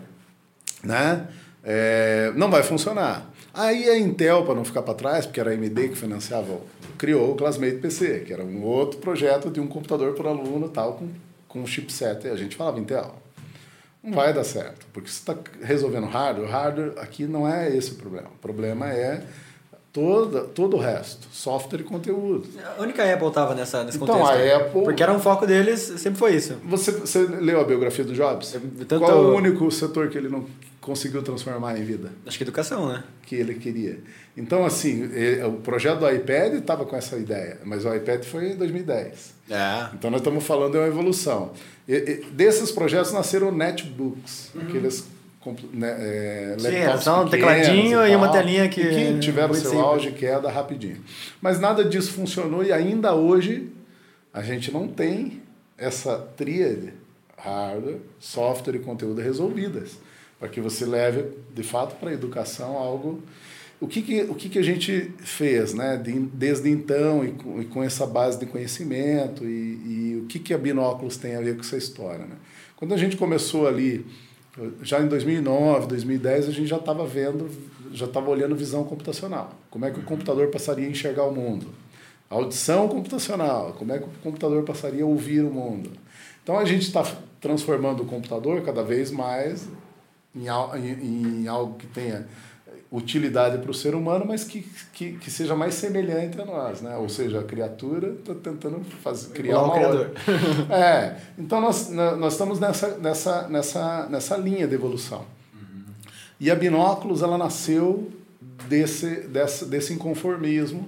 Né? É, não vai funcionar. Aí a Intel, para não ficar para trás, porque era a A M D que financiava, criou o Classmate P C, que era um outro projeto de um computador por aluno tal, com, com um chipset. E a gente falava, Intel, não vai dar certo, porque você está resolvendo hardware. Hardware aqui não é esse o problema. O problema é toda, todo o resto, software e conteúdo.
A única Apple estava nessa, nesse
então,
contexto.
Então, a Apple...
Porque era um foco deles, sempre foi isso.
Você, você leu a biografia do Jobs?
Eu, tanto...
Qual o único setor que ele não conseguiu transformar em vida?
Acho que educação, né?
Que ele queria. Então, assim, ele, o projeto do iPad estava com essa ideia, mas o iPad foi em dois mil e dez.
É.
Então, nós estamos falando de uma evolução. E, e, desses projetos nasceram netbooks, uhum. aqueles né, é,
Sim, laptops só um tecladinho e, e uma telinha que...
que tiveram seu simples. auge e queda rapidinho. Mas nada disso funcionou e ainda hoje a gente não tem essa tríade, hardware, software e conteúdo resolvidas, para que você leve, de fato, para a educação algo... O que, que, o que, que a gente fez, né? De, desde então, e com, e com essa base de conhecimento, e, e o que, que a Binóculos tem a ver com essa história, né? Quando a gente começou ali, já em dois mil e nove, dois mil e dez, a gente já estava vendo, já estava olhando visão computacional. Como é que o computador passaria a enxergar o mundo? A audição computacional, como é que o computador passaria a ouvir o mundo? Então, a gente está transformando o computador cada vez mais em, em, em algo que tenha utilidade para o ser humano, mas que, que, que seja mais semelhante a nós, né? Ou seja, a criatura está tentando fazer, criar
Igual
uma
criador.
outra. É, então nós, nós estamos nessa, nessa, nessa, nessa linha de evolução. Uhum. E a Binóculos, ela nasceu desse, desse, desse inconformismo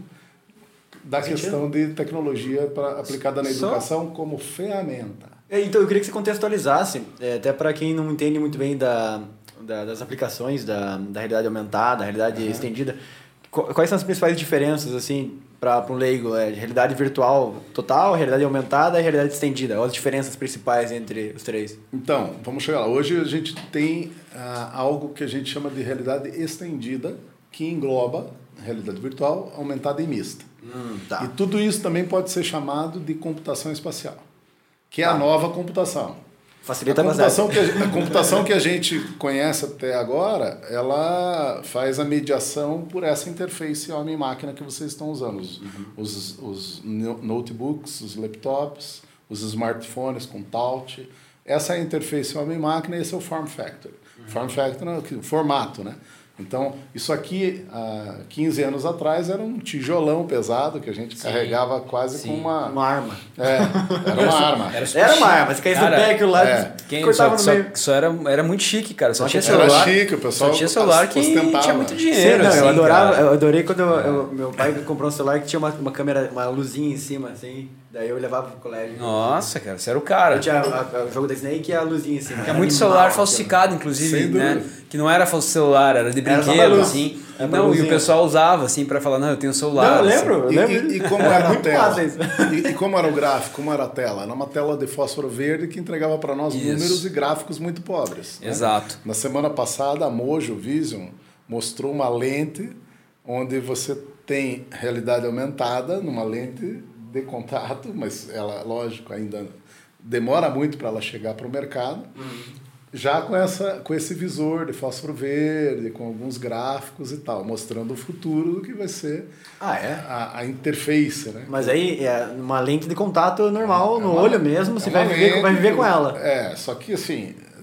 da Faz questão sentido? de tecnologia pra, aplicada na educação Só? como ferramenta.
É, então, eu queria que você contextualizasse, é, até para quem não entende muito bem da... Da, das aplicações da, da realidade aumentada, da realidade uhum. estendida, quais são as principais diferenças, assim, para um leigo? É, realidade virtual total, realidade aumentada e realidade estendida? Quais as diferenças principais entre os três?
Então, vamos chegar lá. Hoje a gente tem ah, algo que a gente chama de realidade estendida, que engloba realidade virtual, aumentada e mista.
Hum, tá.
E tudo isso também pode ser chamado de computação espacial, que é tá. a nova computação.
Facilita
a computação, que a, a computação que a gente conhece até agora, ela faz a mediação por essa interface homem-máquina que vocês estão usando. Os, uhum. os, os notebooks, os laptops, os smartphones com touch. Essa é a interface homem-máquina e esse é o form factor. Uhum. Form factor é o formato, né? Então, isso aqui, há quinze anos atrás, era um tijolão pesado que a gente Sim. carregava quase Sim. com uma...
Uma arma.
É, era uma arma.
Era, era uma arma. Você caísse no pé aquilo lá,
é.
Quem, cortava só, no meio. Só era, era muito chique, cara. Só tinha celular.
Era chique, o pessoal
só tinha celular que tinha muito dinheiro.
Sim, não,
assim,
eu adorava,
cara.
eu adorei quando eu, eu, meu pai comprou um celular que tinha uma, uma câmera, uma luzinha em cima, assim. Daí eu levava pro colégio.
Nossa, cara, você era o cara.
Eu tinha o jogo da Snake e a luzinha em cima.
Tinha muito celular falsificado, inclusive, né? Que não era falso celular, era de brinquedo, assim.
Era
não, e o pessoal usava, assim, pra falar, não, eu tenho celular.
Não, eu lembro,
assim.
eu lembro.
E, e, e como era a tela? E, e como era o gráfico, como era a tela? Era uma tela de fósforo verde que entregava para nós Isso. números e gráficos muito pobres.
Exato.
Né? Na semana passada, a Mojo Vision mostrou uma lente onde você tem realidade aumentada numa lente de contato, mas ela, lógico, ainda demora muito para ela chegar para o mercado, uhum. já com, essa, com esse visor de fósforo verde, com alguns gráficos e tal, mostrando o futuro do que vai ser
ah, é?
a, a interface. Né?
Mas aí é uma lente de contato normal, é no uma, olho mesmo, você é vai, viver, vai viver com ela.
É, só que assim,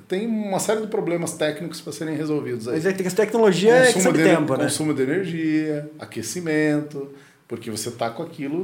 tem uma série de problemas técnicos para serem resolvidos aí.
Mas é que essa tecnologia é questão de
de,
tempo, né?
Consumo de energia, aquecimento, porque você está com aquilo,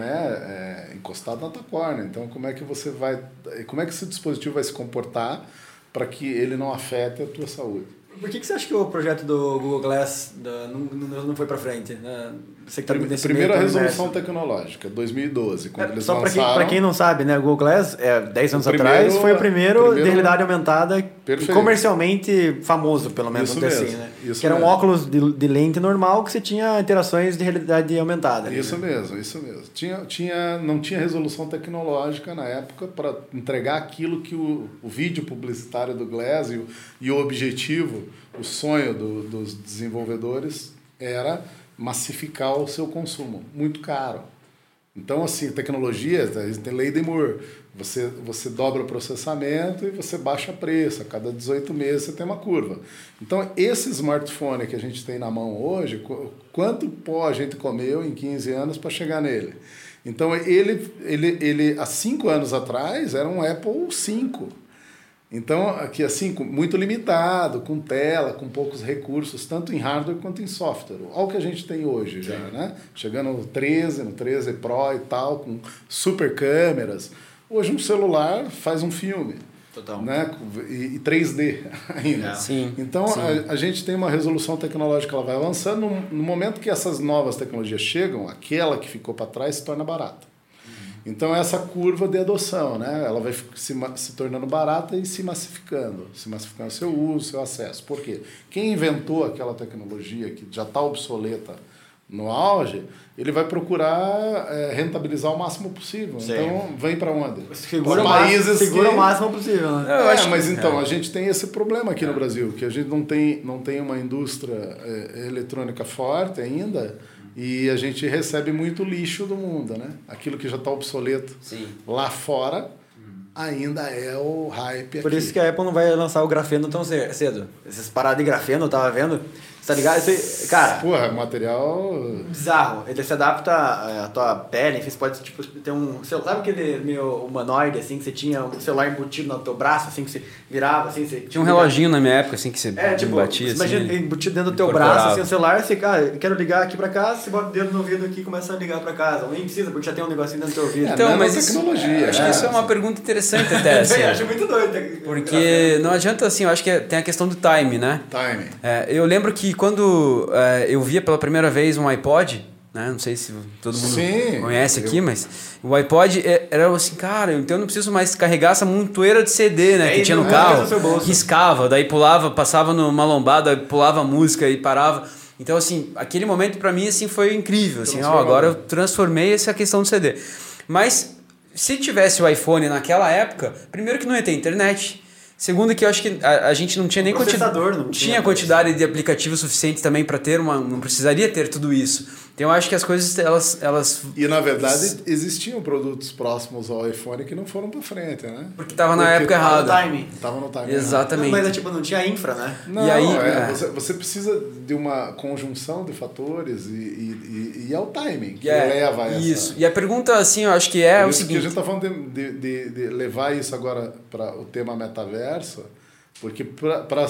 né, é, encostado na tua córnea. Então, como é que você vai, como é que esse dispositivo vai se comportar para que ele não afete a tua saúde?
Por que, que você acha que o projeto do Google Glass da, não, não, não foi para frente? Né? Você que tá nesse
Primeira
meio
resolução
universo.
tecnológica, dois mil e doze, quando
É,
eles
só para
lançaram...
quem, pra quem não sabe, né, o Google Glass, é, dez anos
primeiro,
atrás, foi o primeiro,
primeiro
de realidade aumentada
perfeito.
comercialmente famoso, pelo menos,
Isso
vamos dizer
mesmo,
assim, né?
isso
Que era um
mesmo.
óculos de, de lente normal que você tinha interações de realidade aumentada.
Isso
né?
mesmo, isso mesmo. Tinha, tinha, não tinha resolução tecnológica na época para entregar aquilo que o, o vídeo publicitário do Glass e o, e o objetivo, o sonho do, dos desenvolvedores era massificar o seu consumo. Muito caro. Então, assim, tecnologias, tem lei de Moore. Você, você dobra o processamento e você baixa preço. A cada dezoito meses você tem uma curva. Então, esse smartphone que a gente tem na mão hoje, quanto pó a gente comeu em quinze anos para chegar nele? Então, ele, ele, ele, há cinco anos atrás, era um Apple cinco. Então, aqui assim, muito limitado, com tela, com poucos recursos, tanto em hardware quanto em software. Olha o que a gente tem hoje já, né? Chegando no treze, no treze Pro e tal, com super câmeras. Hoje um celular faz um filme.
Total.
Né? E, e três D ainda.
Sim,
então,
sim.
A, a gente tem uma resolução tecnológica, ela vai avançando. No, no momento que essas novas tecnologias chegam, aquela que ficou para trás se torna barata. Então, essa curva de adoção, né? Ela vai se, se tornando barata e se massificando, se massificando seu uso, seu acesso. Por quê? Quem inventou aquela tecnologia que já está obsoleta no auge, ele vai procurar é, rentabilizar o máximo possível.
Sim.
Então, vem para onde?
Segura,
Os
o, máximo,
países
segura
que...
o máximo possível, né?
É,
Eu acho
mas
que-
então,
é.
a gente tem esse problema aqui no Brasil, que a gente não tem, não tem uma indústria é, eletrônica forte ainda, e a gente recebe muito lixo do mundo, né? Aquilo que já está obsoleto
Sim.
lá fora ainda é o hype
Por
aqui.
isso que a Apple não vai lançar o grafeno tão ce- cedo. Essas paradas de grafeno, eu tava vendo. Você tá ligado? Isso aí, cara,
Porra, material...
bizarro. Ele se adapta à tua pele, enfim, você pode tipo, ter um. Sei lá, sabe aquele meio humanoide, assim, que você tinha um celular embutido no teu braço, assim, que você virava, assim, você.
Tinha um reloginho na minha época, assim, que você
É, tipo,
batia,
você imagina
assim.
embutido dentro do teu
incorporava.
braço, assim, o celular, você, cara, eu quero ligar aqui pra casa, você bota o dedo no ouvido aqui e começa a ligar pra casa. Ou nem precisa, porque já tem um negocinho dentro do teu ouvido.
É,
Então, mas isso,
nanotecnologia,
acho que
né?
isso é uma pergunta interessante até, assim.
Eu acho muito doido.
Porque não adianta, assim, eu acho que tem a questão do time, né?
Timing.
É, eu lembro que quando é, eu via pela primeira vez um iPod, né? Não sei se todo mundo
Sim,
conhece
eu-
aqui, mas o iPod é- era assim, cara, então eu não preciso mais carregar essa montoeira de C D, né?
É,
que
e
tinha no
não
carro,
arranca no seu bolso.
riscava, daí pulava, passava numa lombada, pulava a música e parava. Então, assim, aquele momento pra mim, assim, foi incrível. Assim, ó, agora eu transformei essa questão do C D. Mas, se tivesse o iPhone naquela época, primeiro que não ia ter internet. Segundo que eu acho que a, a gente não tinha nem
Processador
quantidade,
não
tinha
tinha
quantidade de aplicativos suficientes também para ter uma, não precisaria ter tudo isso. Então eu acho que as coisas elas elas
E, na verdade, existiam produtos próximos ao iPhone que não foram para frente, né?
porque tava na
Porque
época
tava
errada.
no timing.
Tava no timing.
Exatamente.
Mas, tipo, não tinha infra, né?
Não,
E aí,
é,
é.
Você, você precisa de uma conjunção de fatores e, e, e, e é o timing que
É,
leva a essa...
isso. E a pergunta assim, eu acho que é
Por
o
isso que a
seguinte.
gente está falando de, de, de, de levar isso agora para o tema metaverso, porque para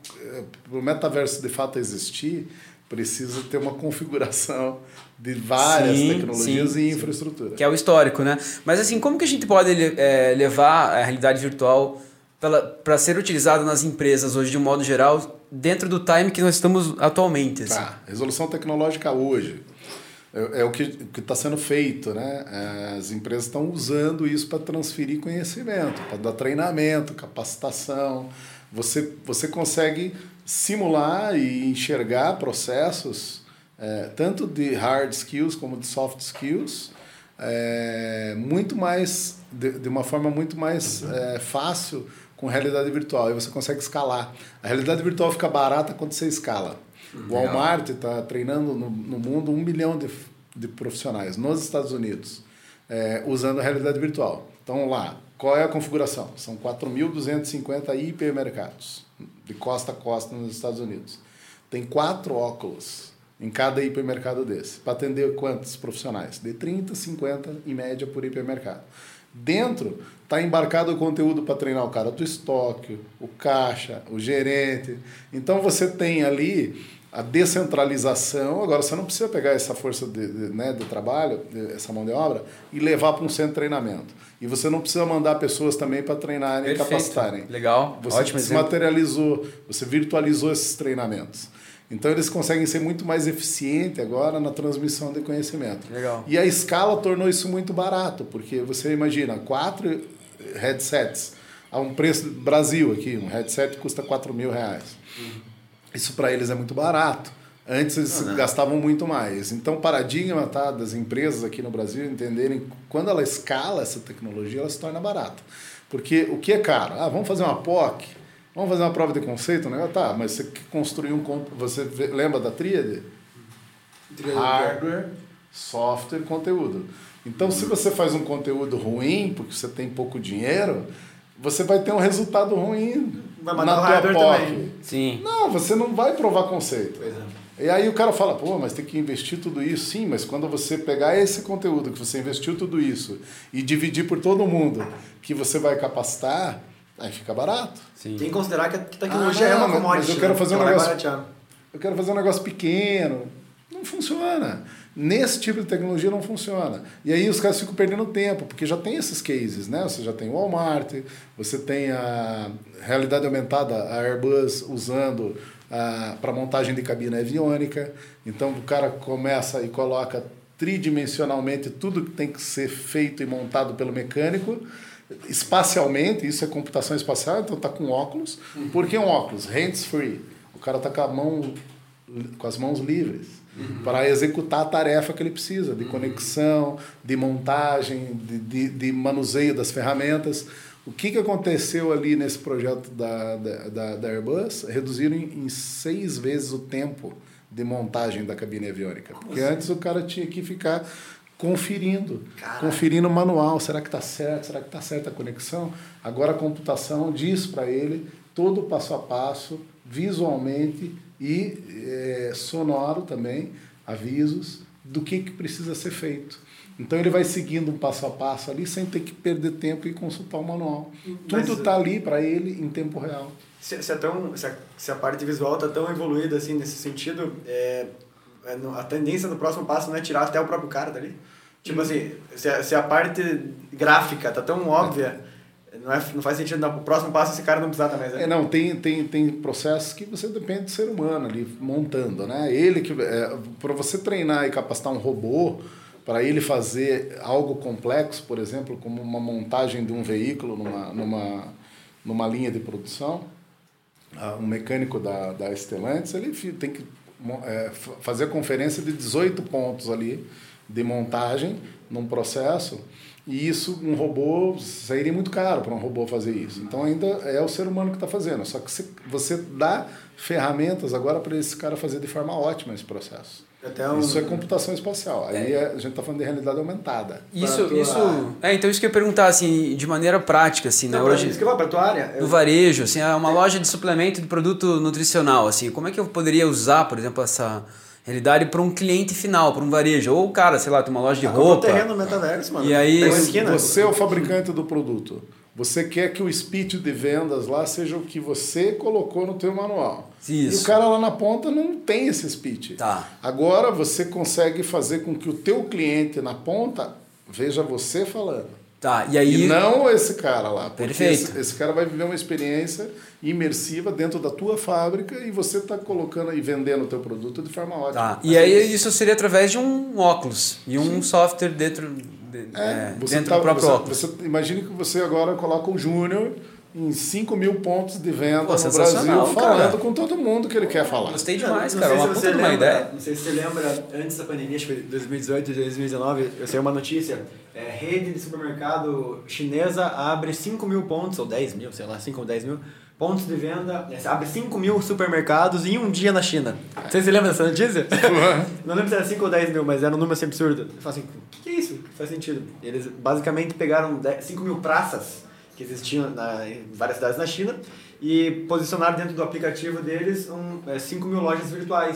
o metaverso de fato existir, precisa ter uma configuração de várias
Sim,
tecnologias
sim,
e
sim.
infraestrutura.
Que é o histórico, né? Mas assim, como que a gente pode é, levar a realidade virtual para ser utilizada nas empresas hoje de um modo geral dentro do time que nós estamos atualmente? Assim?
Tá, resolução tecnológica hoje. É, é o que está sendo feito, né? As empresas estão usando isso para transferir conhecimento, para dar treinamento, capacitação. Você, você consegue simular e enxergar processos, é, tanto de hard skills como de soft skills, é, muito mais, de, de uma forma muito mais é, fácil com realidade virtual. E você consegue escalar. A realidade virtual fica barata quando você escala. O Walmart está treinando no, no mundo um milhão de, de profissionais nos Estados Unidos, é, usando a realidade virtual. Então, lá, qual é a configuração? São quatro mil duzentos e cinquenta hipermercados, de costa a costa nos Estados Unidos. Tem quatro óculos em cada hipermercado desse, para atender quantos profissionais? De trinta, cinquenta em média por hipermercado. Dentro está embarcado o conteúdo para treinar o cara do estoque, o caixa, o gerente. Então você tem ali a descentralização. Agora você não precisa pegar essa força de, de, né, do trabalho, de, essa mão de obra, e levar para um centro de treinamento. E você não precisa mandar pessoas também para treinarem e capacitarem.
Legal,
você
ótimo
se
exemplo.
materializou, você virtualizou esses treinamentos. Então eles conseguem ser muito mais eficientes agora na transmissão de conhecimento.
Legal.
E a escala tornou isso muito barato, porque você imagina, quatro headsets a um preço Brasil aqui, um headset custa quatro mil reais. Uhum. Isso para eles é muito barato. Antes eles não, não. gastavam muito mais. Então o paradigma, tá, das empresas aqui no Brasil entenderem quando ela escala essa tecnologia, ela se torna barata. Porque o que é caro? Ah, vamos fazer uma P O C, vamos fazer uma prova de conceito, né? Tá, mas você construiu um... Você lembra da tríade? Hardware, software, conteúdo. Então, se você faz um conteúdo ruim, porque você tem pouco dinheiro, você vai ter um resultado ruim
vai
na tua P O C. Também.
Sim.
Não, você não vai provar conceito. Pois é. E aí o cara fala, pô, mas tem que investir tudo isso. Sim, mas quando você pegar esse conteúdo, que você investiu tudo isso, e dividir por todo mundo, que você vai capacitar, aí fica barato.
Sim. Tem que considerar que a tecnologia
ah,
é uma
mas,
commodity.
Mas eu quero fazer um negócio...
Baratear.
Eu quero fazer um negócio pequeno. Não funciona. Nesse tipo de tecnologia não funciona. E aí os caras ficam perdendo tempo, porque já tem esses cases, né? Você já tem o Walmart, você tem a realidade aumentada, a Airbus usando para montagem de cabina aviônica. Então o cara começa e coloca tridimensionalmente tudo que tem que ser feito e montado pelo mecânico, espacialmente, isso é computação espacial, então está com óculos. Uhum. Por que um óculos? Hands-free. O cara está com, a mão, com as mãos livres. Uhum. Para executar a tarefa que ele precisa, de conexão, de montagem, de, de, de manuseio das ferramentas. O que, que aconteceu ali nesse projeto da, da, da, da Airbus? Reduziram em, em seis vezes o tempo de montagem da cabine aviônica. Porque assim? Antes o cara tinha que ficar conferindo, Caraca. conferindo o manual. Será que está certo? Será que está certa a conexão? Agora a computação diz para ele todo o passo a passo, visualmente e é, sonoro também, avisos do que, que precisa ser feito. Então ele vai seguindo um passo a passo ali sem ter que perder tempo e consultar o manual. Mas, tudo está ali para ele em tempo real.
Se, se, é tão, se, a, se a parte visual está tão evoluída assim nesse sentido, é, a tendência do próximo passo não é tirar até o próprio cara dali? Tipo hum. assim, se a, se a parte gráfica está tão óbvia... É. Não, é, não faz sentido, não. O próximo passo esse cara não precisa mais. Né?
É, não, tem, tem, tem processos que você depende do ser humano ali montando, né? Ele que é, para você treinar e capacitar um robô para ele fazer algo complexo, por exemplo, como uma montagem de um veículo numa, numa, numa linha de produção, um mecânico da, da Stellantis, ele tem que é, fazer a conferência de dezoito pontos ali de montagem num processo. E isso, um robô, sairia muito caro para um robô fazer isso. Então ainda é o ser humano que está fazendo. Só que você dá ferramentas agora para esse cara fazer de forma ótima esse processo. Até um... Isso é computação espacial. Aí é. a gente está falando de realidade aumentada.
Isso, tua... isso... É, então isso que eu ia perguntar, assim, de maneira prática, assim,
não,
né? Hoje,
isso que eu vou para a tua área.
No eu... varejo, assim, é uma é. loja de suplemento de produto nutricional, assim. Como é que eu poderia usar, por exemplo, essa... realidade para um cliente final, para um varejo. Ou o cara, sei lá, tem uma loja de ah, roupa.
O terreno metaverso, mano.
E aí,
você é o fabricante do produto. Você quer que o speech de vendas lá seja o que você colocou no teu manual.
Isso.
E o cara lá na ponta não tem esse speech.
Tá.
Agora você consegue fazer com que o teu cliente na ponta veja você falando.
Tá, e aí...
E não esse cara lá.
Perfeito.
Esse, esse cara vai viver uma experiência imersiva dentro da tua fábrica e você está colocando e vendendo o teu produto de forma ótima.
Tá, e aí isso seria através de um óculos e um Sim. software dentro, de,
é,
é,
você
dentro
tá,
do próprio
você,
óculos.
Você, imagine que você agora coloca o Júnior em cinco mil pontos de venda
Pô,
no Brasil, falando
cara.
com todo mundo que ele quer falar.
Gostei demais,
não,
cara.
Não
uma
se
puta de uma
lembra,
ideia.
Não sei se você lembra, antes da pandemia, acho que foi dois mil e dezoito, dois mil e dezenove, eu sei uma notícia, é, rede de supermercado chinesa abre cinco mil pontos, ou dez mil, sei lá, cinco ou dez mil, pontos de venda, abre cinco mil supermercados em um dia na China. Você se lembra dessa notícia? Não lembro se era cinco ou dez mil, mas era um número assim absurdo. Eu falo assim, o que é isso? Faz sentido. Eles basicamente pegaram cinco mil praças que existiam na, em várias cidades na China e posicionaram dentro do aplicativo deles um, é, cinco mil lojas virtuais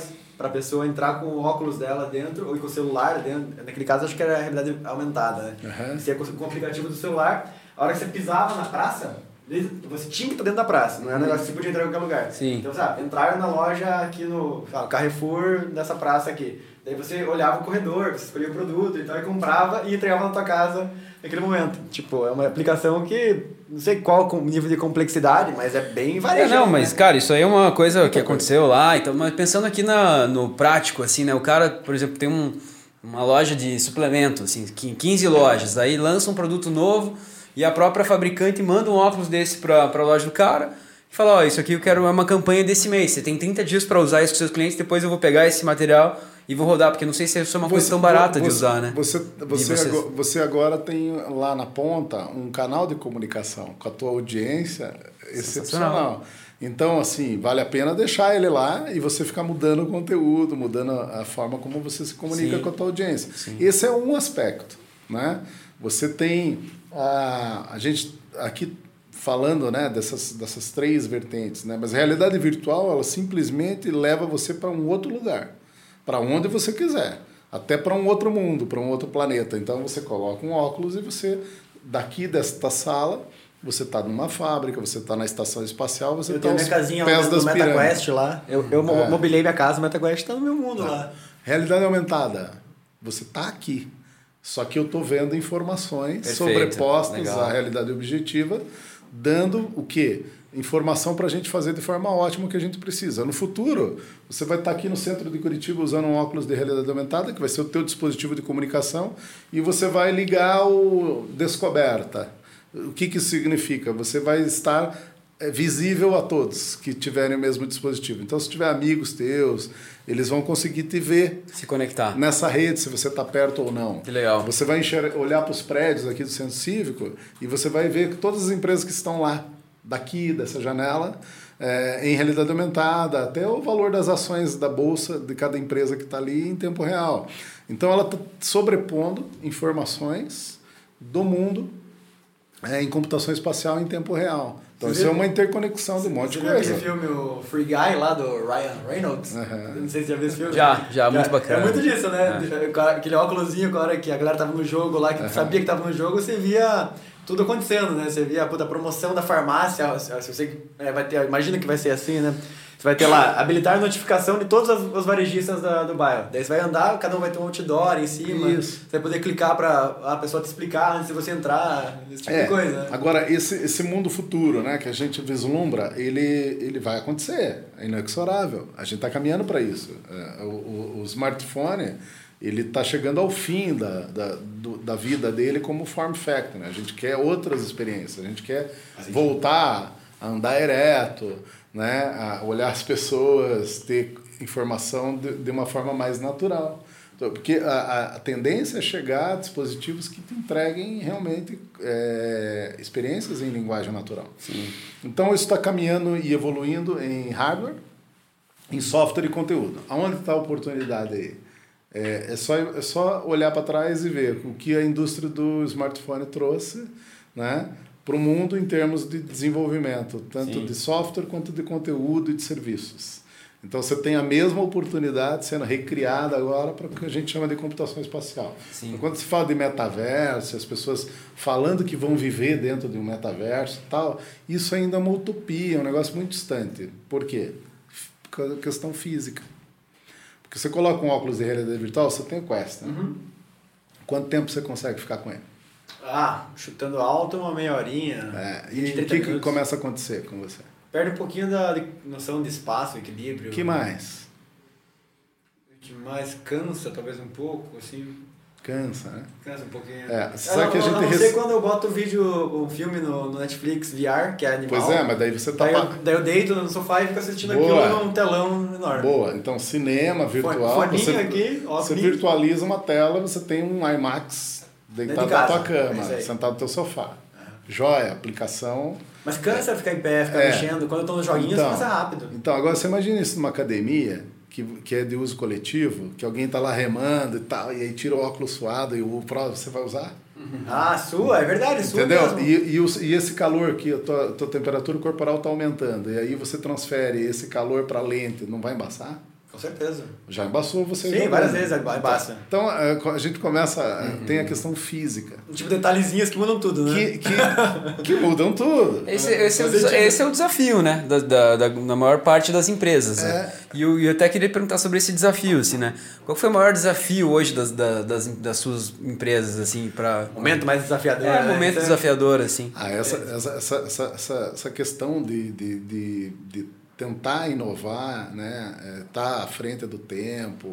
pra pessoa entrar com o óculos dela dentro, ou com o celular dentro. Naquele caso, acho que era a realidade aumentada, né?
Uhum.
Você ia com o aplicativo do celular, a hora que você pisava na praça, você tinha que estar dentro da praça, não era um negócio que você podia entrar em qualquer lugar.
Sim.
Então, sabe, entraram na loja aqui no sabe, Carrefour, dessa praça aqui. Daí você olhava o corredor, você escolhia o produto e tal, e comprava e entregava na tua casa naquele momento. Tipo, é uma aplicação que, não sei qual o nível de complexidade, mas é bem
É,
varejão.
não, mas
né?
cara, isso aí é uma coisa que aconteceu lá, então, mas pensando aqui na, no prático, assim, né? O cara, por exemplo, tem um, uma loja de suplemento, assim, quinze lojas, aí lança um produto novo e a própria fabricante manda um óculos desse pra, pra loja do cara e fala, ó, oh, isso aqui eu quero é uma campanha desse mês, você tem trinta dias para usar isso com seus clientes, depois eu vou pegar esse material e vou rodar, porque não sei se isso é uma coisa
Você-
tão barata
você-
de usar, né?
Você, você,
vocês?
agora, você agora tem lá na ponta um canal de comunicação com a tua audiência excepcional. Então, assim, vale a pena deixar ele lá e você ficar mudando o conteúdo, mudando a forma como você se comunica
Sim.
com a tua audiência.
Sim.
Esse é um aspecto, né? Você tem a, a gente aqui falando, né, dessas, dessas três vertentes, né? Mas a realidade virtual, ela simplesmente leva você para um outro lugar, para onde você quiser, até para um outro mundo, para um outro planeta. Então você coloca um óculos e você, daqui desta sala, você está numa fábrica, você está na estação espacial, você
Eu
está
tenho
aos
minha casinha
pés
lá no
das pirâmides.
MetaQuest lá. Eu, eu
É.
mobilei minha casa, o MetaQuest tá no meu mundo lá.
Realidade aumentada, você está aqui, só que eu estou vendo informações
Perfeito,
sobrepostas
legal.
à realidade objetiva, dando o quê? Informação para a gente fazer de forma ótima o que a gente precisa. No futuro, você vai estar aqui no centro de Curitiba usando um óculos de realidade aumentada, que vai ser o teu dispositivo de comunicação, e você vai ligar o Descoberta. O que, que isso significa? Você vai estar é, visível a todos que tiverem o mesmo dispositivo. Então, se tiver amigos teus, eles vão conseguir te ver
Se conectar.
nessa rede, se você está perto ou não.
Que legal.
Você vai enxergar, olhar para os prédios aqui do Centro Cívico e você vai ver todas as empresas que estão lá, daqui, dessa janela, é, em realidade aumentada, até o valor das ações da bolsa de cada empresa que está ali em tempo real. Então, ela está sobrepondo informações do mundo é, em computação espacial em tempo real. Então,
Você
isso
viu?
é uma interconexão de um monte
Você
de
viu
coisa.
aquele filme, o Free Guy, lá do Ryan Reynolds?
Uhum.
Não sei se você já viu esse filme.
Já, já, muito bacana.
É muito disso, né? É. Aquele óculosinho, com a hora que a galera tava no jogo lá, que
Uhum.
sabia que tava no jogo, você via tudo acontecendo, né? Você via a puta, promoção da farmácia, se você é, vai ter, imagina que vai ser assim, né? Você vai ter lá, habilitar notificação de todos os, os varejistas da, do bairro. Daí você vai andar, cada um vai ter um outdoor em cima.
Isso.
Você vai poder clicar pra a pessoa te explicar antes de você entrar, esse tipo
É,
de coisa, né?
agora, esse, esse mundo futuro, né, que a gente vislumbra, ele, ele vai acontecer, é inexorável. A gente está caminhando para isso. É, o, o, o smartphone, ele está chegando ao fim da, da, do, da vida dele como form factor. Né? A gente quer outras experiências, a gente quer voltar a andar ereto, né, a olhar as pessoas, ter informação de, de uma forma mais natural. Porque a, a tendência é chegar a dispositivos que te entreguem realmente é, experiências em linguagem natural.
Sim.
Então, isso está caminhando e evoluindo em hardware, em software e conteúdo. Aonde está a oportunidade aí? É, é, só, é só olhar para trás e ver o que a indústria do smartphone trouxe, né, para o mundo em termos de desenvolvimento, tanto
Sim.
de software quanto de conteúdo e de serviços. Então, você tem a mesma oportunidade sendo recriada agora para o que a gente chama de computação espacial.
Sim.
Quando se fala de metaverso, as pessoas falando que vão viver dentro de um metaverso e tal, isso ainda é uma utopia, é um negócio muito distante. Por quê? Por causa da questão física. Porque você coloca um óculos de realidade virtual, você tem o Quest, né?
Uhum.
Quanto tempo você consegue ficar com ele?
Ah, chutando alto uma meia horinha.
É,
vinte,
e o
trinta
que, que
minutos.
começa a acontecer com você?
Perde um pouquinho da de- noção de espaço, equilíbrio.
O que mais?
O que mais cansa, talvez um pouco, assim.
Cansa, né?
Cansa um pouquinho.
É,
Eu
sabe
não-
que a
eu
gente
não
rece-
sei quando eu boto um vídeo, um filme no, no Netflix V R, que é animal.
Pois é, mas daí você tá...
Daí eu,
pa-
daí eu deito no sofá e fico assistindo
Boa.
aquilo num telão enorme.
Boa, então cinema virtual,
Foninho
você,
aqui,
você
óculos.
virtualiza uma tela, você tem um IMAX deitado
de
na
casa,
tua cama,
é isso aí.
sentado no teu sofá. Joia, aplicação.
Mas cansa ficar em pé, ficar
É.
mexendo. Quando eu tô nos joguinhos,
Então,
cansa rápido.
Então, agora você imagina isso numa academia que, que é de uso coletivo, que alguém tá lá remando e tal, e aí tira o óculos suado e o Pro você vai usar?
Ah, sua, é verdade, sua
Entendeu?
mesmo.
E, e, o- e esse calor que a tua, tua temperatura corporal está aumentando, e aí você transfere esse calor para a lente, não vai embaçar?
Com certeza.
Já embaçou você?
Sim,
já
várias vezes embaça.
Então, a gente começa, uhum. tem a questão física.
Tipo, detalhezinhos que mudam tudo, né?
Que, que, que mudam tudo.
Esse, esse, é, o, esse é o desafio, né? Da, da, da, da maior parte das empresas. É. Né? E eu, eu até queria perguntar sobre esse desafio, assim, né? Qual foi o maior desafio hoje das, das, das, das suas empresas, assim, para...
Momento mais desafiador.
É,
né?
momento desafiador, assim.
Ah, essa, essa, essa, essa, essa, essa questão de... de, de, de tentar inovar, né, estar à frente do tempo,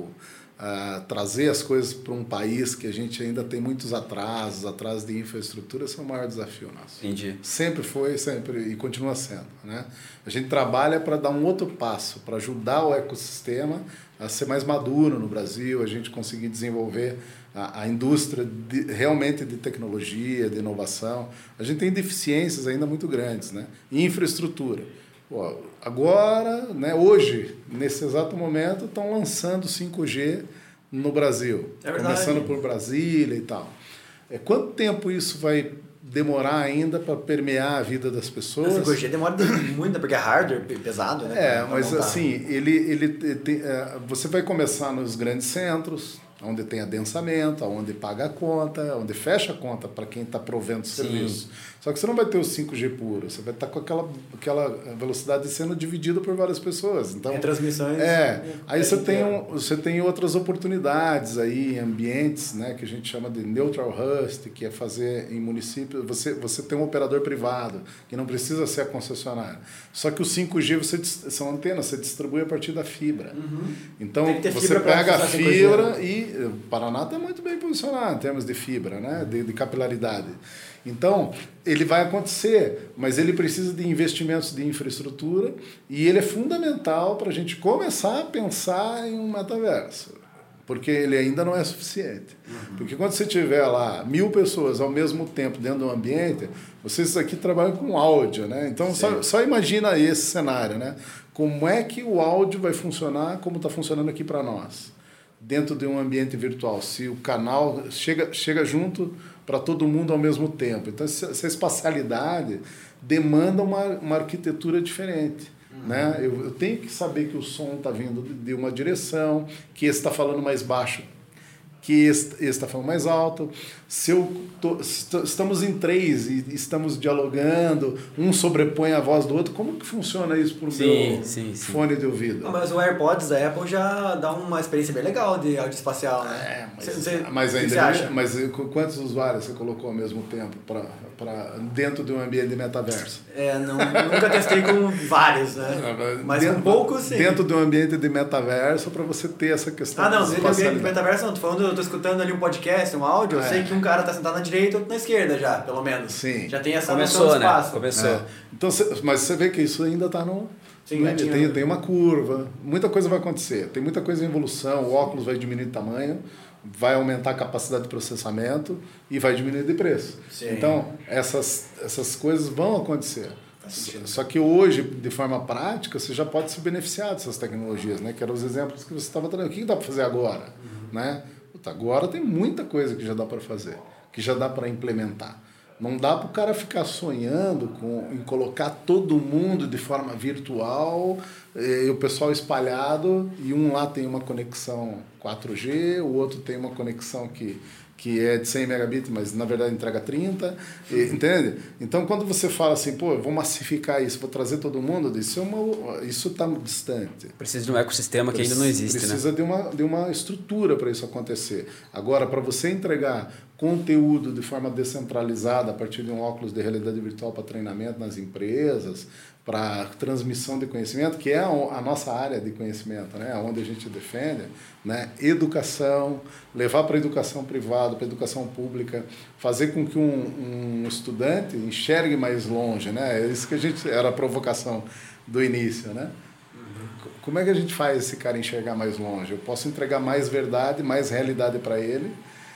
uh, trazer as coisas para um país que a gente ainda tem muitos atrasos, atrasos de infraestrutura, esse é o maior desafio nosso.
Entendi.
Sempre foi, sempre e continua sendo. Né? A gente trabalha para dar um outro passo, para ajudar o ecossistema a ser mais maduro no Brasil, a gente conseguir desenvolver a, a indústria de, realmente de tecnologia, de inovação. A gente tem deficiências ainda muito grandes, né? Em infraestrutura. Pô, agora, né, hoje, nesse exato momento, estão lançando cinco G no Brasil. É verdade. Começando por Brasília e tal. É, quanto tempo isso vai demorar ainda para permear a vida das pessoas?
cinco G demora muito, porque é hardware pesado, né?
É, mas assim, ele, ele tem, você vai começar nos grandes centros, onde tem adensamento, onde paga a conta, onde fecha a conta para quem está provendo o serviço. Só que você não vai ter o cinco G puro, você vai estar com aquela, aquela velocidade sendo dividida por várias pessoas. Então,
tem transmissões.
É, aí você tem, um, você tem outras oportunidades aí, em ambientes, né, que a gente chama de neutral host, que é fazer em municípios, você, você tem um operador privado, que não precisa ser a concessionária. Só que o cinco G você, são antenas, você distribui a partir da fibra. Uhum. Então, você pega a fibra e o Paraná está muito bem posicionado em termos de fibra, né? de, de capilaridade. Então, ele vai acontecer, mas ele precisa de investimentos de infraestrutura e ele é fundamental para a gente começar a pensar em um metaverso, porque ele ainda não é suficiente. Uhum. Porque quando você tiver lá mil pessoas ao mesmo tempo dentro do ambiente, vocês aqui trabalham com áudio, né? Então, só, só imagina esse cenário, né? Como é que o áudio vai funcionar como está funcionando aqui para nós? Dentro de um ambiente virtual, se o canal chega, chega junto para todo mundo ao mesmo tempo. Então, essa espacialidade demanda uma, uma arquitetura diferente. Uhum. Né? Eu, eu tenho que saber que o som está vindo de uma direção, que esse está falando mais baixo, que esse está falando mais alto. Se eu tô, estamos em três e estamos dialogando, um sobrepõe a voz do outro, como que funciona isso para o meu sim, sim. fone de ouvido?
Ah, mas o AirPods da Apple já dá uma experiência bem legal de áudio espacial, né? É,
mas,
você,
mas ainda você acha? Mas quantos usuários você colocou ao mesmo tempo pra, pra, dentro de um ambiente de metaverso?
É, não, nunca testei com vários, né? Mas
dentro,
com poucos, sim.
Dentro de um ambiente de metaverso, para você ter essa questão.
Ah, não, dentro do ambiente de metaverso, não. Tô falando, eu tô escutando ali um podcast, um áudio, é. eu sei que um cara tá sentado na direita e outro na esquerda já, pelo menos.
Sim.
Já tem essa
Começou,
noção do espaço.
Né? Começou.
É. Então, mas você vê que isso ainda está no... Sim, no, tem, tem uma curva, muita coisa vai acontecer, tem muita coisa em evolução, o óculos vai diminuir de tamanho, vai aumentar a capacidade de processamento e vai diminuir de preço. Sim. Então, essas, essas coisas vão acontecer. Só que hoje, de forma prática, você já pode se beneficiar dessas tecnologias, né? Que eram os exemplos que você estava trazendo. O que dá para fazer agora? Uhum. Né? Agora tem muita coisa que já dá para fazer, que já dá para implementar. Não dá para o cara ficar sonhando com, em colocar todo mundo de forma virtual e o pessoal espalhado e um lá tem uma conexão quatro G, o outro tem uma conexão que... que é de cem megabits, mas na verdade entrega trinta, e, entende? Então, quando você fala assim, pô, eu vou massificar isso, vou trazer todo mundo, isso é uma, isso está distante.
Precisa de um ecossistema que ainda não existe,
Precisa
né?
de uma, de uma estrutura para isso acontecer. Agora, para você entregar conteúdo de forma descentralizada a partir de um óculos de realidade virtual para treinamento nas empresas, para transmissão de conhecimento, que é a nossa área de conhecimento, né? Onde a gente defende, né? Educação, levar para a educação privada, para a educação pública, fazer com que um, um estudante enxergue mais longe, né? É isso que a gente era a provocação do início, né? Uhum. Como é que a gente faz esse cara enxergar mais longe? Eu posso entregar mais verdade, mais realidade para ele,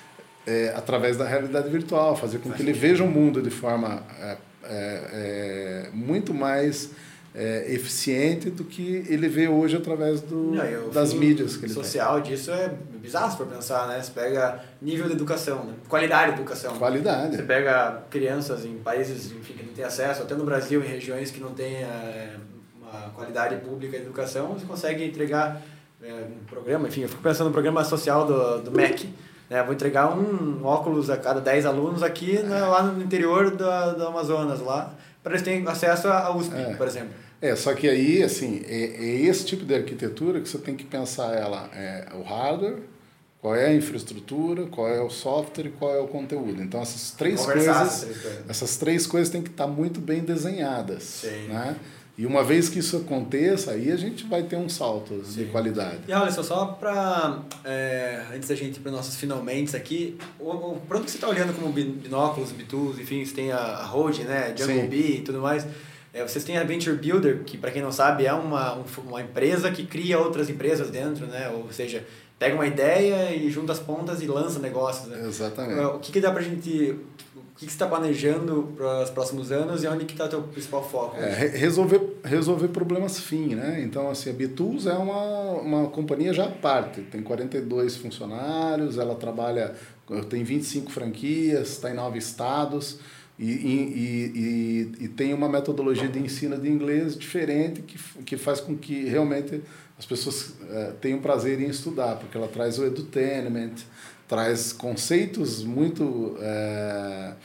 é, através da realidade virtual, fazer com que ele veja o mundo de forma é, é, é, muito mais é, eficiente do que ele vê hoje através do, Não, das mídias que ele
social tem. Disso é bizarro para pensar, né? Você pega nível de educação, né? Qualidade de educação.
Qualidade.
Você pega crianças em países, enfim, que não têm acesso, até no Brasil, em regiões que não têm é, uma qualidade pública de educação, você consegue entregar é, um programa, enfim, eu fico pensando no programa social do, do M E C. Né? Vou entregar um óculos a cada dez alunos aqui né, lá no interior da, do Amazonas, lá, para eles terem acesso à U S P,
é.
por exemplo.
É, só que aí, assim, é, é esse tipo de arquitetura que você tem que pensar ela, é o hardware, qual é a infraestrutura, qual é o software e qual é o conteúdo. Então, essas três coisas, essas três coisas têm que estar muito bem desenhadas. Sim. Né? E uma vez que isso aconteça, aí a gente vai ter um salto Sim. de qualidade.
E olha só, só para, é, antes da gente ir para os nossos finalmente aqui, o, o produto que você está olhando como binóculos, B-Tools, enfim, você tem a, a Rode, né, Jungle Bee e tudo mais, é, vocês têm a Venture Builder, que para quem não sabe é uma, um, uma empresa que cria outras empresas dentro, né, ou seja, pega uma ideia e junta as pontas e lança negócios. Né?
Exatamente.
O que, que dá para a gente... O que você está planejando para os próximos anos e onde que está o teu principal foco?
É, resolver, resolver problemas fim, né? Então, assim, a B-Tools é uma, uma companhia já à parte. Tem quarenta e dois funcionários, ela trabalha... Tem vinte e cinco franquias, está em nove estados e, e, e, e tem uma metodologia de ensino de inglês diferente que, que faz com que realmente as pessoas é, tenham prazer em estudar, porque ela traz o edutainment, traz conceitos muito é,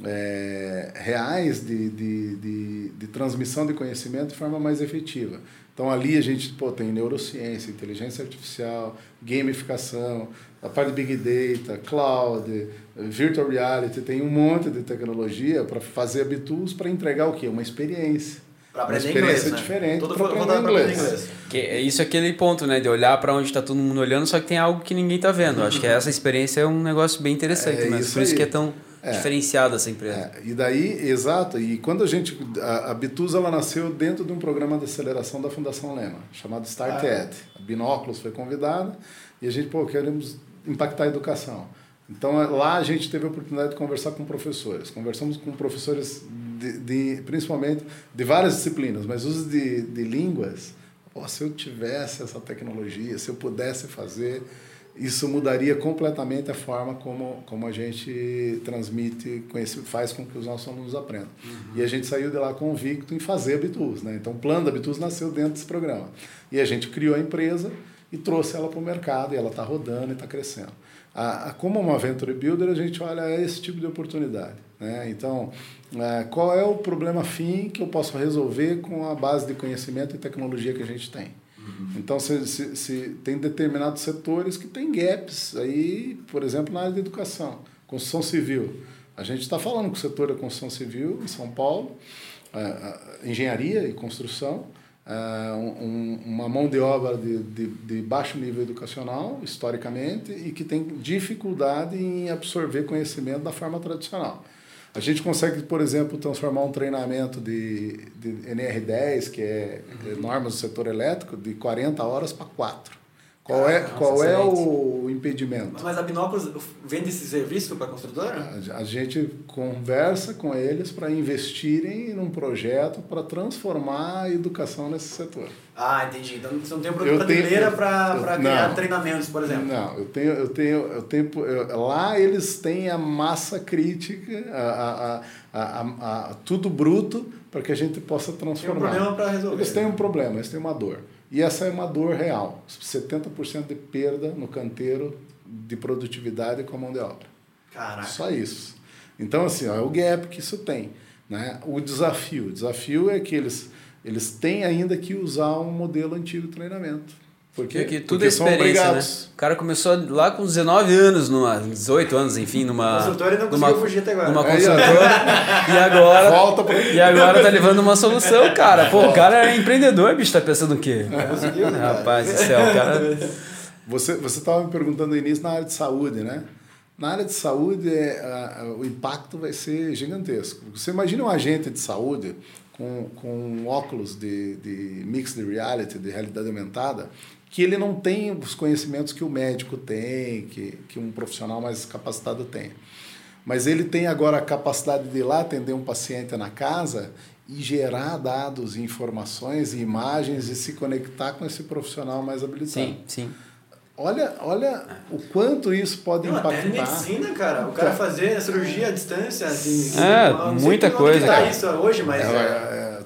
é, reais de, de, de, de transmissão de conhecimento de forma mais efetiva. Então, ali a gente pô, tem neurociência, inteligência artificial, gamificação, a parte de Big Data, Cloud, Virtual Reality, tem um monte de tecnologia para fazer a B-Tools para entregar o quê? Uma experiência.
Para aprender
uma experiência
inglês,
diferente
né?
para aprender inglês.
inglês.
Que é isso é aquele ponto, né? De olhar para onde está todo mundo olhando, só que tem algo que ninguém está vendo. Acho que essa experiência é um negócio bem interessante,
é
mas
isso
por isso
aí.
que é tão é. diferenciada essa empresa.
É. E daí, exato, e quando a gente... A, a B-Tools, ela nasceu dentro de um programa de aceleração da Fundação Lema, chamado Start
ah.
Ed. A Binóculos foi convidada e a gente, pô, queremos impactar a educação. Então, lá a gente teve a oportunidade de conversar com professores. Conversamos com professores, de, de, principalmente, de várias disciplinas, mas uso de, de línguas. Pô, se eu tivesse essa tecnologia, se eu pudesse fazer, isso mudaria completamente a forma como, como a gente transmite, faz com que os nossos alunos aprendam. Uhum. E a gente saiu de lá convicto em fazer a B-Tools, né? Então, o plano da B-Tools nasceu dentro desse programa. E a gente criou a empresa e trouxe ela para o mercado, e ela está rodando e está crescendo. A, a, como uma Venture Builder, a gente olha esse tipo de oportunidade. Né? Então, é, qual é o problema fim que eu posso resolver com a base de conhecimento e tecnologia que a gente tem? Uhum. Então, se, se, se tem determinados setores que tem gaps, aí, por exemplo, na área de educação, construção civil. A gente está falando com o setor da construção civil em São Paulo, a, a engenharia e construção, Uh, um, uma mão de obra de, de, de baixo nível educacional, historicamente, e que tem dificuldade em absorver conhecimento da forma tradicional. A gente consegue, por exemplo, transformar um treinamento de, de N R dez, que é uhum. normas do setor elétrico, de quarenta horas para quatro. Qual é, Nossa, qual é o impedimento?
Mas a Binóculos vende esse serviço para a construtora?
A, a gente conversa com eles para investirem num projeto para transformar a educação nesse setor.
Ah, entendi. Então você não tem um produto prateleira para criar
não,
treinamentos, por exemplo?
Não, eu tenho, eu tenho, eu tenho eu, lá eles têm a massa crítica, a, a, a, a, a tudo bruto para que a gente possa transformar.
Tem um problema para resolver.
Eles têm um problema, eles têm uma dor. E essa é uma dor real. setenta por cento de perda no canteiro de produtividade com a mão de obra.
Caraca.
Só isso. Então, assim, ó, é o gap que isso tem. Né? O desafio. O desafio é que eles, eles têm ainda que usar um modelo antigo de treinamento. Porque,
porque tudo
porque
é experiência,
são
né? O cara começou lá com dezenove anos, numa, dezoito anos, enfim, numa...
Consultora e não
numa,
conseguiu fugir até agora.
Numa consultora, e agora...
Volta pra...
E agora tá levando uma solução, cara. Pô, o cara é empreendedor, bicho, tá pensando o quê?
Não conseguiu, né?
Rapaz do céu, o cara...
Você você estava me perguntando no início na área de saúde, né? Na área de saúde, é, a, a, o impacto vai ser gigantesco. Você imagina um agente de saúde com, com óculos de, de mixed reality, de realidade aumentada, que ele não tem os conhecimentos que o médico tem, que, que um profissional mais capacitado tem. Mas ele tem agora a capacidade de ir lá atender um paciente na casa e gerar dados, informações e imagens e se conectar com esse profissional mais habilitado.
Sim, sim.
Olha, olha o quanto isso pode
não,
impactar.
Até medicina, cara. O cara fazer a cirurgia à distância. De,
é,
não
muita
sei
coisa.
Tá isso hoje, mas...
É, é,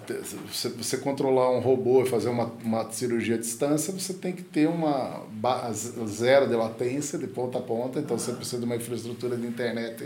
você, você controlar um robô e fazer uma, uma cirurgia à distância, você tem que ter uma zero de latência de ponta a ponta, então você precisa de uma infraestrutura de internet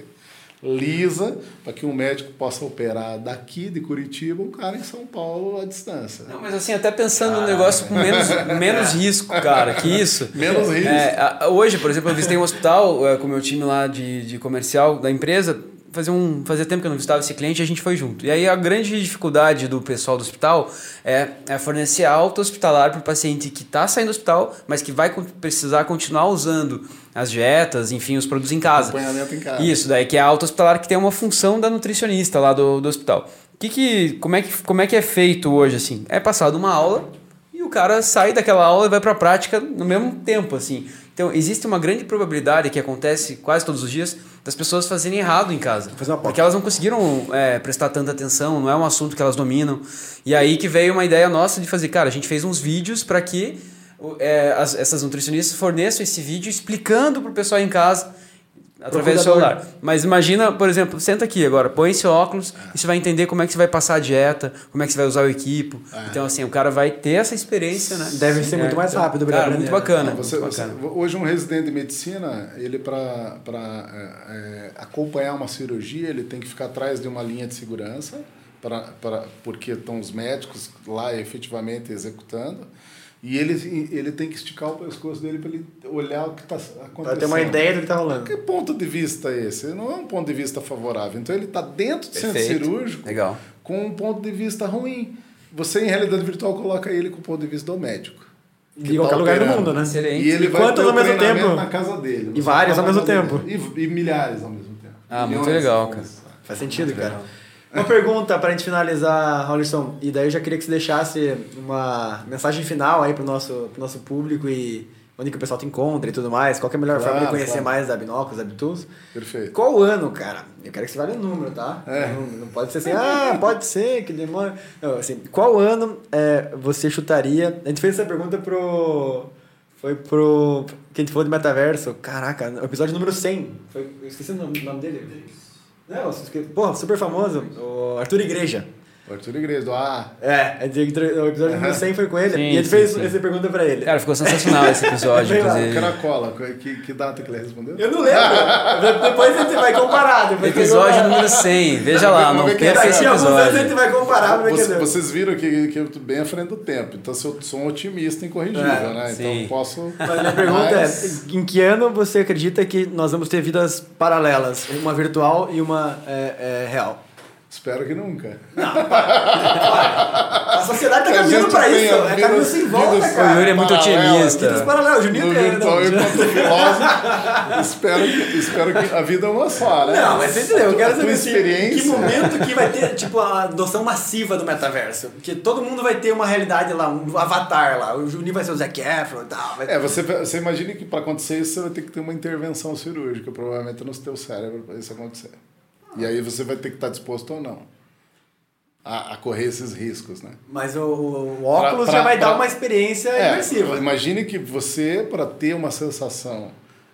lisa para que um médico possa operar daqui de Curitiba um cara em São Paulo à distância.
Não, mas assim, até pensando no negócio com menos, menos risco, cara, que isso.
Menos risco.
É, hoje, por exemplo, eu visitei um hospital é, com o meu time lá de, de comercial da empresa. Fazia, um, fazia tempo que eu não visitava esse cliente e a gente foi junto. E aí a grande dificuldade do pessoal do hospital é, é fornecer alta hospitalar para o paciente que está saindo do hospital, mas que vai precisar continuar usando as dietas, enfim, os produtos em casa.
Acompanhamento em casa.
Isso, daí que é a alta hospitalar que tem uma função da nutricionista lá do, do hospital. Que que, como, é que, como é que é feito hoje, assim? É passado uma aula e o cara sai daquela aula e vai para a prática no mesmo tempo, assim. Então, existe uma grande probabilidade, que acontece quase todos os dias, das pessoas fazerem errado em casa. Porque elas não conseguiram é, prestar tanta atenção, não é um assunto que elas dominam. E aí que veio uma ideia nossa de fazer, cara, a gente fez uns vídeos para que é, as, essas nutricionistas forneçam esse vídeo explicando pro pessoal em casa, através do celular. Mas imagina, por exemplo, senta aqui agora, põe esse óculos é. e você vai entender como é que você vai passar a dieta, como é que você vai usar o equipo. É. Então, assim, o cara vai ter essa experiência, né?
Deve ser é, muito mais rápido.
Cara, aprender. muito bacana.
Não, você,
muito bacana.
Você, hoje um residente de medicina, ele para é, é, acompanhar uma cirurgia, ele tem que ficar atrás de uma linha de segurança, pra, pra, porque estão os médicos lá efetivamente executando. E ele, ele tem que esticar o pescoço dele para ele olhar o que está acontecendo. Para
ter uma ideia do que está rolando.
Que ponto de vista é esse? Não é um ponto de vista favorável. Então ele está dentro do centro cirúrgico
Legal.
com um ponto de vista ruim. Você, em realidade virtual, coloca ele com o ponto de vista do médico.
Em qualquer tá lugar do mundo, né?
Excelente.
E ele
e
vai
quantos
ter
ao mesmo tempo?
na casa dele.
E vários ao mesmo tempo.
E, e milhares ao mesmo tempo.
Ah, Milhões muito legal, cara.
Faz sentido, cara. Legal. Uma pergunta para a gente finalizar, Raulisson, e daí eu já queria que você deixasse uma mensagem final aí pro nosso, pro nosso público e onde que o pessoal te encontra e tudo mais, qual que é a melhor claro, forma de conhecer claro. mais da Binóculos, da Bituz.
Perfeito.
Qual ano, cara? Eu quero que você valha o número, tá? É. Não, não pode ser assim, ah, pode ser, que demora. Não, assim, qual ano é, você chutaria... A gente fez essa pergunta pro... Foi pro... Que a gente falou de metaverso. Caraca, o episódio número cem. Foi, eu esqueci o nome, o nome dele. Não, porra, super famoso, o Arthur Igreja.
O Arthur Igreja, do A.
É, o episódio número cem foi com ele. Sim, e ele sim, fez sim. essa pergunta pra ele.
Cara, ficou sensacional esse episódio.
Caracola, que, que data que ele respondeu?
Eu não lembro. Depois a gente vai comparar. Depois
episódio número cem, veja lá, não perca esse episódio.
A gente vai comparar.
Você, vocês viram que, que eu estou bem à frente do tempo, então eu sou um otimista incorrigível, é, né? Sim. Então posso...
Mas a minha pergunta Mas... é, em que ano você acredita que nós vamos ter vidas paralelas? Uma virtual e uma é, é, real?
Espero que nunca.
Não, para, para. A sociedade está caminhando para isso. É caminho sem volta, cara.
O Yuri é muito otimista.
Vidas paralelas. O Juninho tem,
virtual, eu, enquanto filósofo, espero, que, espero que a vida é uma só, né?
Não, mas você entendeu. Eu quero saber
experiência.
que momento que vai ter tipo, a adoção massiva do metaverso. Que todo mundo vai ter uma realidade lá, um avatar lá. O Juninho vai ser o Zac Efron e tal. Vai...
É, você, você imagina que para acontecer isso, você vai ter que ter uma intervenção cirúrgica, provavelmente no seu cérebro, para isso acontecer. E aí você vai ter que estar disposto ou não a, a correr esses riscos, né?
Mas o, o óculos pra, pra, já vai pra, dar uma experiência é, imersiva.
Imagine que você, para ter uma sensação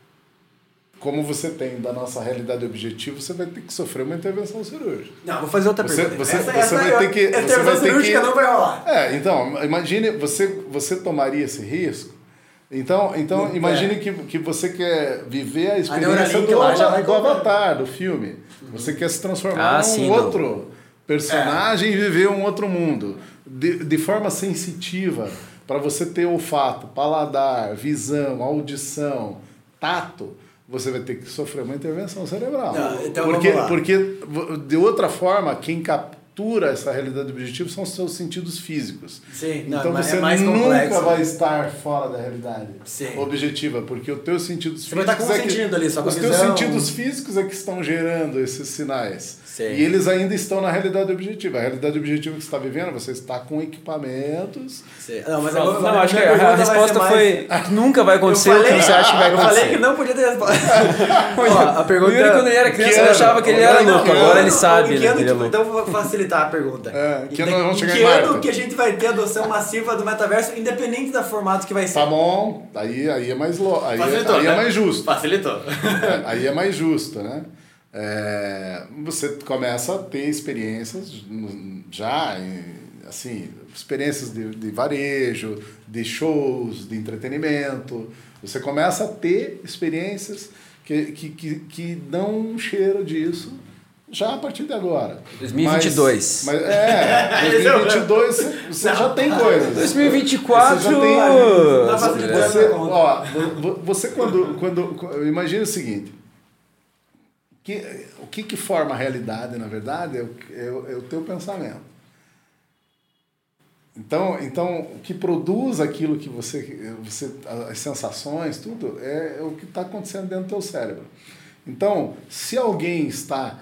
como você tem da nossa realidade objetiva, você vai ter que sofrer uma intervenção cirúrgica.
Não, vou fazer outra
você,
pergunta.
Você,
essa,
você
essa
vai
é,
ter que...
Essa intervenção cirúrgica
que,
não vai rolar.
É, então, imagine, você, você tomaria esse risco. Então, então é. imagine que, que você quer viver a experiência a do,
lá já vai
do Avatar, do filme. Uhum. Você quer se transformar
ah,
em um
sim,
outro
não.
personagem é. e viver um outro mundo. De, de forma sensitiva, para você ter olfato, paladar, visão, audição, tato, você vai ter que sofrer uma intervenção cerebral.
Não, então
porque,
vamos lá.
porque, de outra forma, quem captura essa realidade objetiva são os seus sentidos físicos.
Sim, não,
então você
é mais
nunca
complexo.
vai estar fora da realidade
Sim.
objetiva, porque os teus sentidos
você
físicos
vai estar consentindo
é que,
ali, só com
os
a
teus
visão.
sentidos físicos é que estão gerando esses sinais.
Sim.
E eles ainda estão na realidade objetiva. A realidade objetiva que você está vivendo, você está com equipamentos.
Sim. Não, mas
não,
eu,
não acho que a, a resposta foi mais... nunca vai acontecer falei, o que você acha que vai acontecer.
Eu falei que não podia ter resposta. Ó, a pergunta...
O Yuri, quando ele era criança, ele achava que ele era louco. Agora ele sabe, né?
Ano, né? Então vou facilitar a pergunta.
É, que,
em,
em
que ano que a gente vai ter adoção massiva do metaverso, independente do formato que vai ser?
Tá bom, aí, aí é mais lo... aí,
Facilitou,
aí
né?
é mais justo.
Facilitou.
É, aí é mais justo, né? É, você começa a ter experiências já em assim, experiências de, de varejo, de shows, de entretenimento. Você começa a ter experiências que, que, que, que dão um cheiro disso já a partir de agora.
dois mil e vinte e dois.
Mas, mas, é, dois mil e vinte e dois você, você já tem coisas.
dois mil e vinte e quatro...
Você já tem...
Você,
você, ó, você quando, quando... Imagina o seguinte... Que, o que, que forma a realidade, na verdade, é o, é o, é o teu pensamento. Então, então, o que produz aquilo que você... você as sensações, tudo, é, é o que está acontecendo dentro do teu cérebro. Então, se alguém está...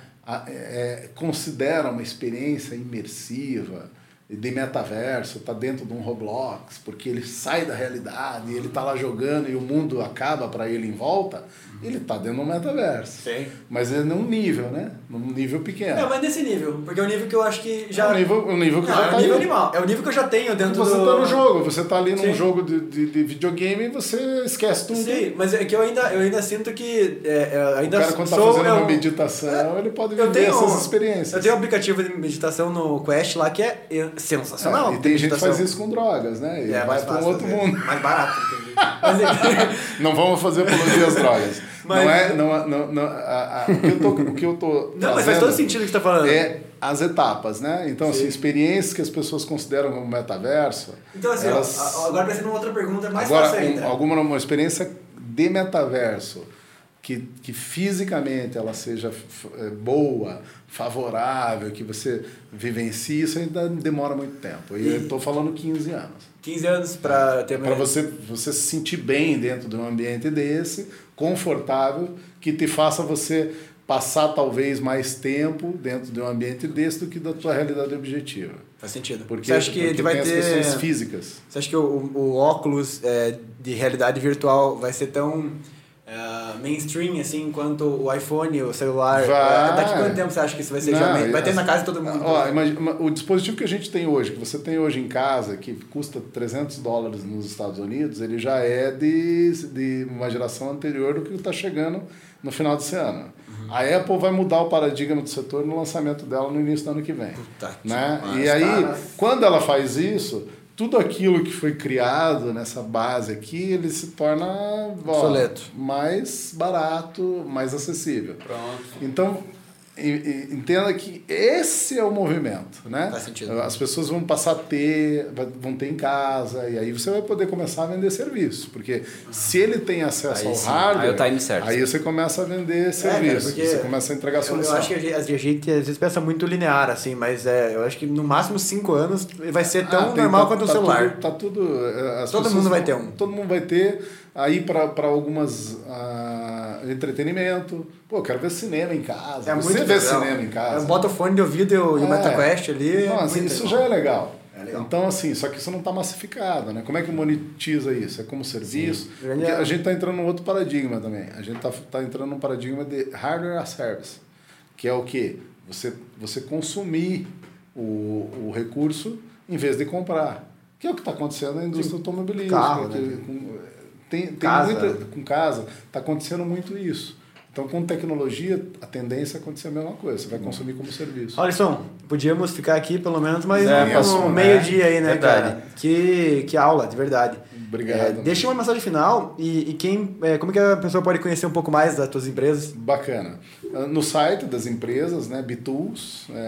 É, considera uma experiência imersiva de metaverso, está dentro de um Roblox, porque ele sai da realidade, ele está lá jogando e o mundo acaba para ele em volta, ele está dentro de um metaverso.
Sim.
Mas é num nível, né? Num nível pequeno.
É, mas nesse nível, porque é um nível que eu acho que já...
É o nível, o nível que
Não,
já
é
tá
o nível
aí.
animal. É o nível que eu já tenho dentro
você
do...
Você está no jogo, você está ali num
Sim.
jogo de, de, de videogame e você esquece tudo.
Sim, mas é que eu ainda, eu ainda sinto que... É, é, ainda
o cara quando está
sou,
fazendo
é
uma
um-
meditação, ele pode
eu
viver
tenho,
essas experiências.
Eu tenho um aplicativo de meditação no Quest lá que é sensacional.
É, e tem gente que
meditação.
faz isso com drogas, né? E
É,
vai
mais
para um
fácil,
outro
né?
mundo.
Mais barato, entendi. Mas é...
Não vamos fazer apologia às drogas.
Mas-
Não é... Não, não, não, a, a, o que eu tô, o que eu tô
Não, mas faz todo sentido o que você está falando.
É as etapas, né? Então,
Sim.
assim, experiências que as pessoas consideram como metaverso...
Então, assim,
elas...
ó, agora vai ser uma outra pergunta mais
Agora,
fácil
um,
ainda.
alguma uma experiência de metaverso que, que fisicamente ela seja f- boa, favorável, que você vivencie, isso ainda demora muito tempo. E,
E-
eu estou falando quinze anos.
quinze anos para ter...
Para você, você se sentir bem dentro de um ambiente desse, confortável, que te faça você passar talvez mais tempo dentro de um ambiente desse do que da tua realidade objetiva.
Faz sentido.
Porque,
Você acha que
porque
ele vai
tem
ter...
as questões físicas.
Você acha que o, o óculos é, de realidade virtual vai ser tão é, mainstream assim quanto o iPhone, o celular?
Vai.
É, daqui a quanto tempo você acha que isso vai ser?
Não,
já main- vai ter
as-
na casa de todo mundo?
Ó, imagina, o dispositivo que a gente tem hoje, que você tem hoje em casa, que custa trezentos dólares nos Estados Unidos, ele já é de, de uma geração anterior do que está chegando no final desse ano. Uhum. A Apple vai mudar o paradigma do setor no lançamento dela no início do ano que vem.
Puta que
Né?
pariu,
E aí,
cara.
quando ela faz isso, tudo aquilo que foi criado nessa base aqui, ele se torna ó,
Obsoleto.
mais barato, mais acessível.
Pronto.
Então, e- e- entenda que esse é o movimento, né?
Faz sentido.
As pessoas vão passar a ter, vão ter em casa, e aí você vai poder começar a vender serviço, porque se ele tem acesso
Aí
ao
sim,
hardware,
aí é o time certo.
aí você começa a vender
cara,
serviço,
porque
você começa a entregar
Eu,
solução.
eu acho que a gente, a gente às vezes pensa muito linear, assim, mas é, eu acho que no máximo cinco anos vai ser tão
Ah, tem-
normal
tá-
quanto um
tá
celular.
Tudo, tá tudo. eh, as
Todo
pessoas
mundo vai
vão-
ter um.
Todo mundo vai ter. Aí para algumas ah, entretenimento. Pô, eu quero ver cinema em casa.
É
Você
muito
vê
legal.
cinema em casa.
Bota o fone de ouvido e o, e o
É.
MetaQuest ali.
Não,
é
assim,
muito
isso
legal.
já é legal.
É legal.
Então, assim, só que isso não está massificado, né? Como é que monetiza isso? É como serviço?
Sim.
Porque a gente está entrando num outro paradigma também. A gente está tá entrando num paradigma de hardware as service, que é o quê? Você, você consumir o, o recurso em vez de comprar. Que é o que está acontecendo na indústria automobilística.
Carro,
que-
né?
com, tem tem
Casa.
muita, com casa, está acontecendo muito isso. Então, com tecnologia, a tendência é acontecer a mesma coisa. Você vai consumir como serviço.
Alisson, podíamos ficar aqui pelo menos mais
É,
um,
passou,
um
né?
meio-dia aí, né,
Verdade.
cara? Que, que aula, de verdade.
Obrigado.
É, deixa uma mensagem final e, e quem, é, como que a pessoa pode conhecer um pouco mais das tuas empresas?
Bacana. No site das empresas, né, Bitools, é,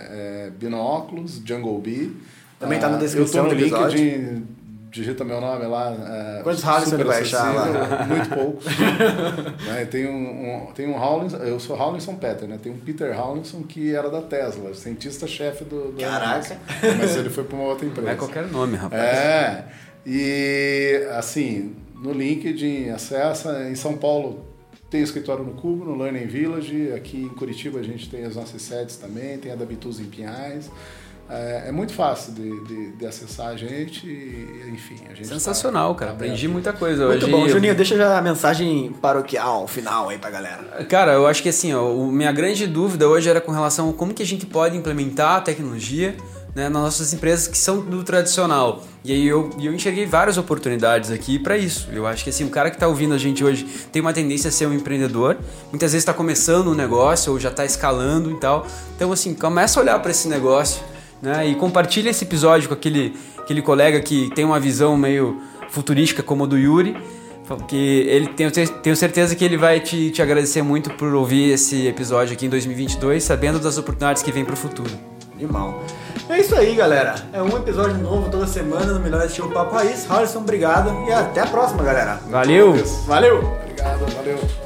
é, Binóculos, Jungle Bee.
Também tá na
Ah,
descrição
eu tô no
do episódio.
LinkedIn, digita meu nome lá. É,
Quantos Harley
super
você vai achar lá?
acessível, Muito pouco. Né, tem um, um, tem um Howlinson, eu sou Howlinson Peter, né? Tem um Peter Howlinson que era da Tesla, cientista-chefe do, do
Caraca.
mas ele foi para uma outra empresa.
Não é qualquer nome, rapaz.
É, e assim, no LinkedIn, acessa. Em São Paulo tem escritório no Cubo, no Learning Village. Aqui em Curitiba a gente tem as nossas sedes também, tem a da Bitus em Pinhais. É, é muito fácil de, de, de acessar a gente e, enfim. A gente
Sensacional,
tá,
cara.
tá
Aprendi
aberto.
muita coisa
Muito
hoje.
bom. Juninho, deixa já a mensagem paroquial final aí pra galera.
Cara, eu acho que assim, ó, o- minha grande dúvida hoje era com relação a como que a gente pode implementar a tecnologia, né, nas nossas empresas que são do tradicional. E aí eu, e eu enxerguei várias oportunidades aqui para isso. Eu acho que assim, o cara que está ouvindo a gente hoje tem uma tendência a ser um empreendedor, muitas vezes está começando um negócio ou já está escalando e tal. Então assim, começa a olhar para esse negócio né? E compartilha esse episódio com aquele, aquele colega que tem uma visão meio futurística como a do Yuri, que ele tenho, tenho certeza que ele vai te, te agradecer muito por ouvir esse episódio aqui em dois mil e vinte e dois, sabendo das oportunidades que vem pro futuro.
Animal. É isso aí, galera. É um episódio novo toda semana no Melhor Estilo Papo Raiz. Harrison, obrigado e até a próxima, galera.
Valeu!
Valeu!
Obrigado, valeu.